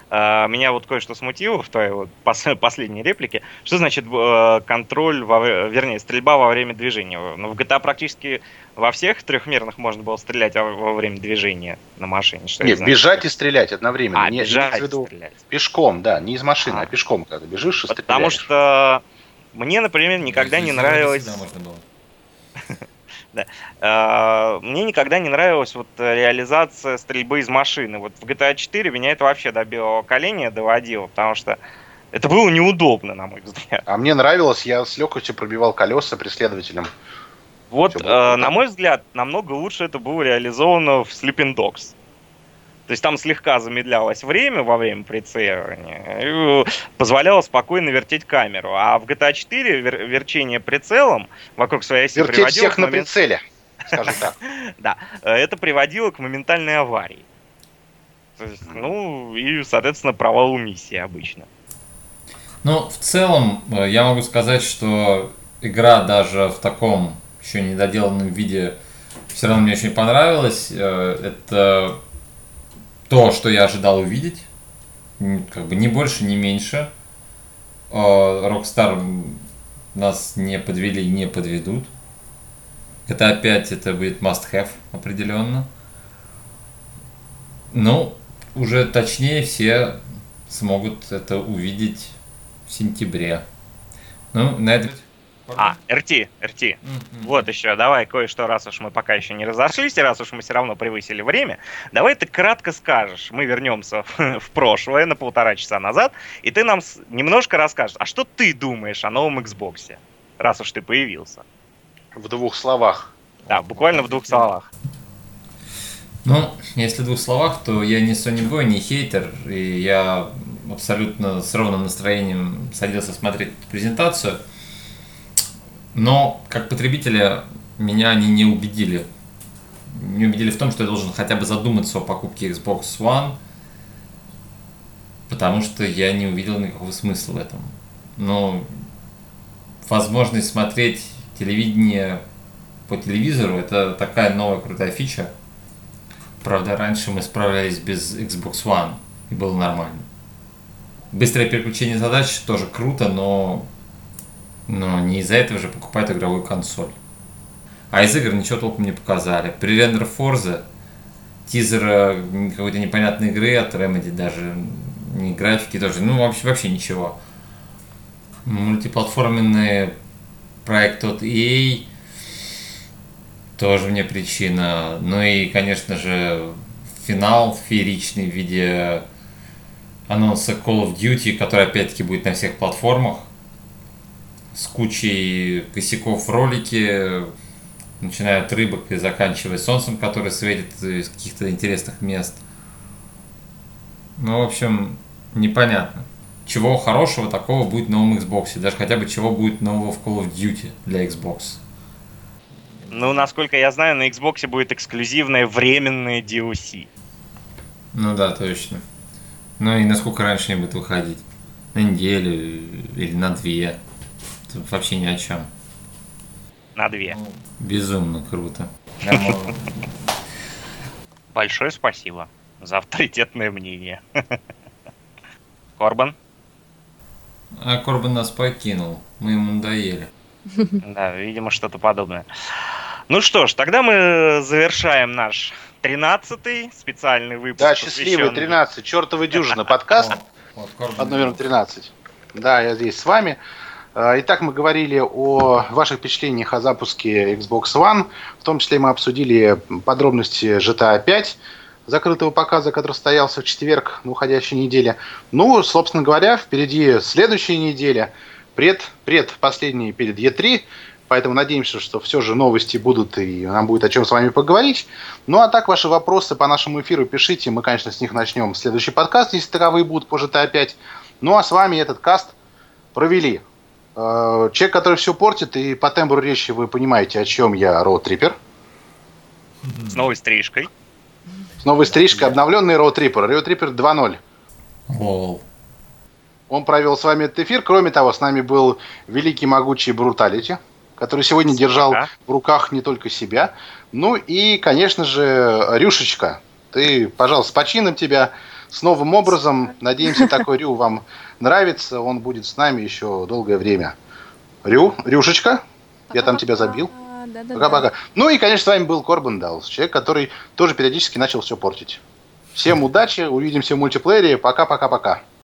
э, меня вот кое-что смутило в твоей вот пос- последней реплике. Что значит э, контроль, во, вре- вернее, стрельба во время движения? Ну, в джи ти эй практически во всех трехмерных можно было стрелять во, во время движения на машине. Что Нет, это значит? бежать и стрелять одновременно. А, не, бежать имеется в виду и стрелять. пешком, да, не из машины, А. а, пешком, когда бежишь и стреляешь. Потому что мне, например, никогда не нравилось... Всегда можно было. Да. Э, Мне никогда не нравилась вот реализация стрельбы из машины. Вот в джи ти эй четыре меня это вообще до белого коленя доводило, потому что это было неудобно, на мой взгляд. А мне нравилось, я с легкостью пробивал колеса преследователям. Вот, Всё было э, на мой взгляд, намного лучше это было реализовано в Sleeping Dogs. То есть там слегка замедлялось время во время прицеливания, и позволяло спокойно вертеть камеру. А в джи ти эй четыре вер- верчение прицелом вокруг своей оси Вертеть приводило всех к на момент- прицеле, скажем так. Да, э, это приводило к моментальной аварии. То есть, ну, и, соответственно, провалу миссии обычно. Ну, в целом, э, я могу сказать, что игра даже в таком еще недоделанном виде все равно мне очень понравилась. Э, Это то, что я ожидал увидеть. М, Как бы ни больше, ни меньше. Э, Rockstar нас не подвели и не подведут. джи ти эй пять это будет must-have определенно. Ну, уже точнее все смогут это увидеть в сентябре. Ну, на это... А, эр ти, эр ти. Мгм. Вот еще, давай кое-что, раз уж мы пока еще не разошлись, и раз уж мы все равно превысили время, давай ты кратко скажешь. Мы вернемся в, в прошлое на полтора часа назад, и ты нам с- немножко расскажешь, а что ты думаешь о новом Xbox, раз уж ты появился? В двух словах. Да, буквально в двух словах. Ну, если в двух словах, то я не Sony Boy, не хейтер, и я абсолютно с ровным настроением садился смотреть презентацию. Но, как потребителя, меня они не убедили. Не убедили в том, что я должен хотя бы задуматься о покупке Xbox One, потому что я не увидел никакого смысла в этом. Но возможность смотреть телевидение по телевизору – это такая новая крутая фича. Правда, раньше мы справлялись без Xbox One, и было нормально. Быстрое переключение задач тоже круто, но, но не из-за этого же покупать игровую консоль. А из игр ничего толком не показали. Пререндер Forza, тизер какой-то непонятной игры от Remedy, даже не графики тоже, ну вообще, вообще ничего. Мультиплатформенный проект от и эй тоже мне причина. Ну и, конечно же, финал фееричный в виде анонса Call of Duty, который опять-таки будет на всех платформах, с кучей косяков в ролике, начиная от рыбок и заканчивая солнцем, который светит из каких-то интересных мест. Ну, в общем, непонятно. Чего хорошего такого будет в новом Xbox, даже хотя бы чего будет нового в Call of Duty для Xbox. Ну, насколько я знаю, на Xbox будет эксклюзивное временное ди эл си. Ну да, точно. Ну и насколько раньше они будут выходить? На неделю или на две? Тут вообще ни о чем. На две. Безумно круто. Большое спасибо за авторитетное мнение. Корбан? А Корбан нас покинул. Мы ему надоели. Да, видимо, что-то подобное. Ну что ж, тогда мы завершаем наш тринадцатый специальный выпуск. Да, счастливый, посвященный- тринадцать, чертова дюжина, подкаст Вот, Корбан. под номером тринадцать. Да, я здесь с вами. Э, Итак, мы говорили о ваших впечатлениях о запуске Xbox One. В том числе мы обсудили подробности джи ти эй пять, закрытого показа, который состоялся в четверг на уходящей неделе. Ну, собственно говоря, впереди следующая неделя, пред, пред последний перед и три, поэтому надеемся, что все же новости будут и нам будет о чем с вами поговорить. Ну, а так, ваши вопросы по нашему эфиру пишите, мы, конечно, с них начнем следующий подкаст, если таковые будут по джи ти эй пять. Ну, а с вами этот каст провели э, человек, который все портит, и по тембру речи вы понимаете, о чем я, Роуд Трипер. С новой стрижкой. С новой стрижкой, обновленный Роуд Трипер, Роуд Трипер два ноль. Лол. Он провел с вами этот эфир. Кроме того, с нами был великий могучий Бруталити, который сегодня держал Да. в руках не только себя. Ну и, конечно же, Рюшечка. Ты, пожалуйста, с почином тебя. с новым образом. Надеемся, такой Рю вам нравится. Он будет с нами еще долгое время. Рю, Рюшечка, я там тебя забил. Пока-пока. Ну и, конечно, с вами был Корбан Даллас, человек, который тоже периодически начал все портить. Всем удачи, увидимся в мультиплеере. Пока-пока-пока.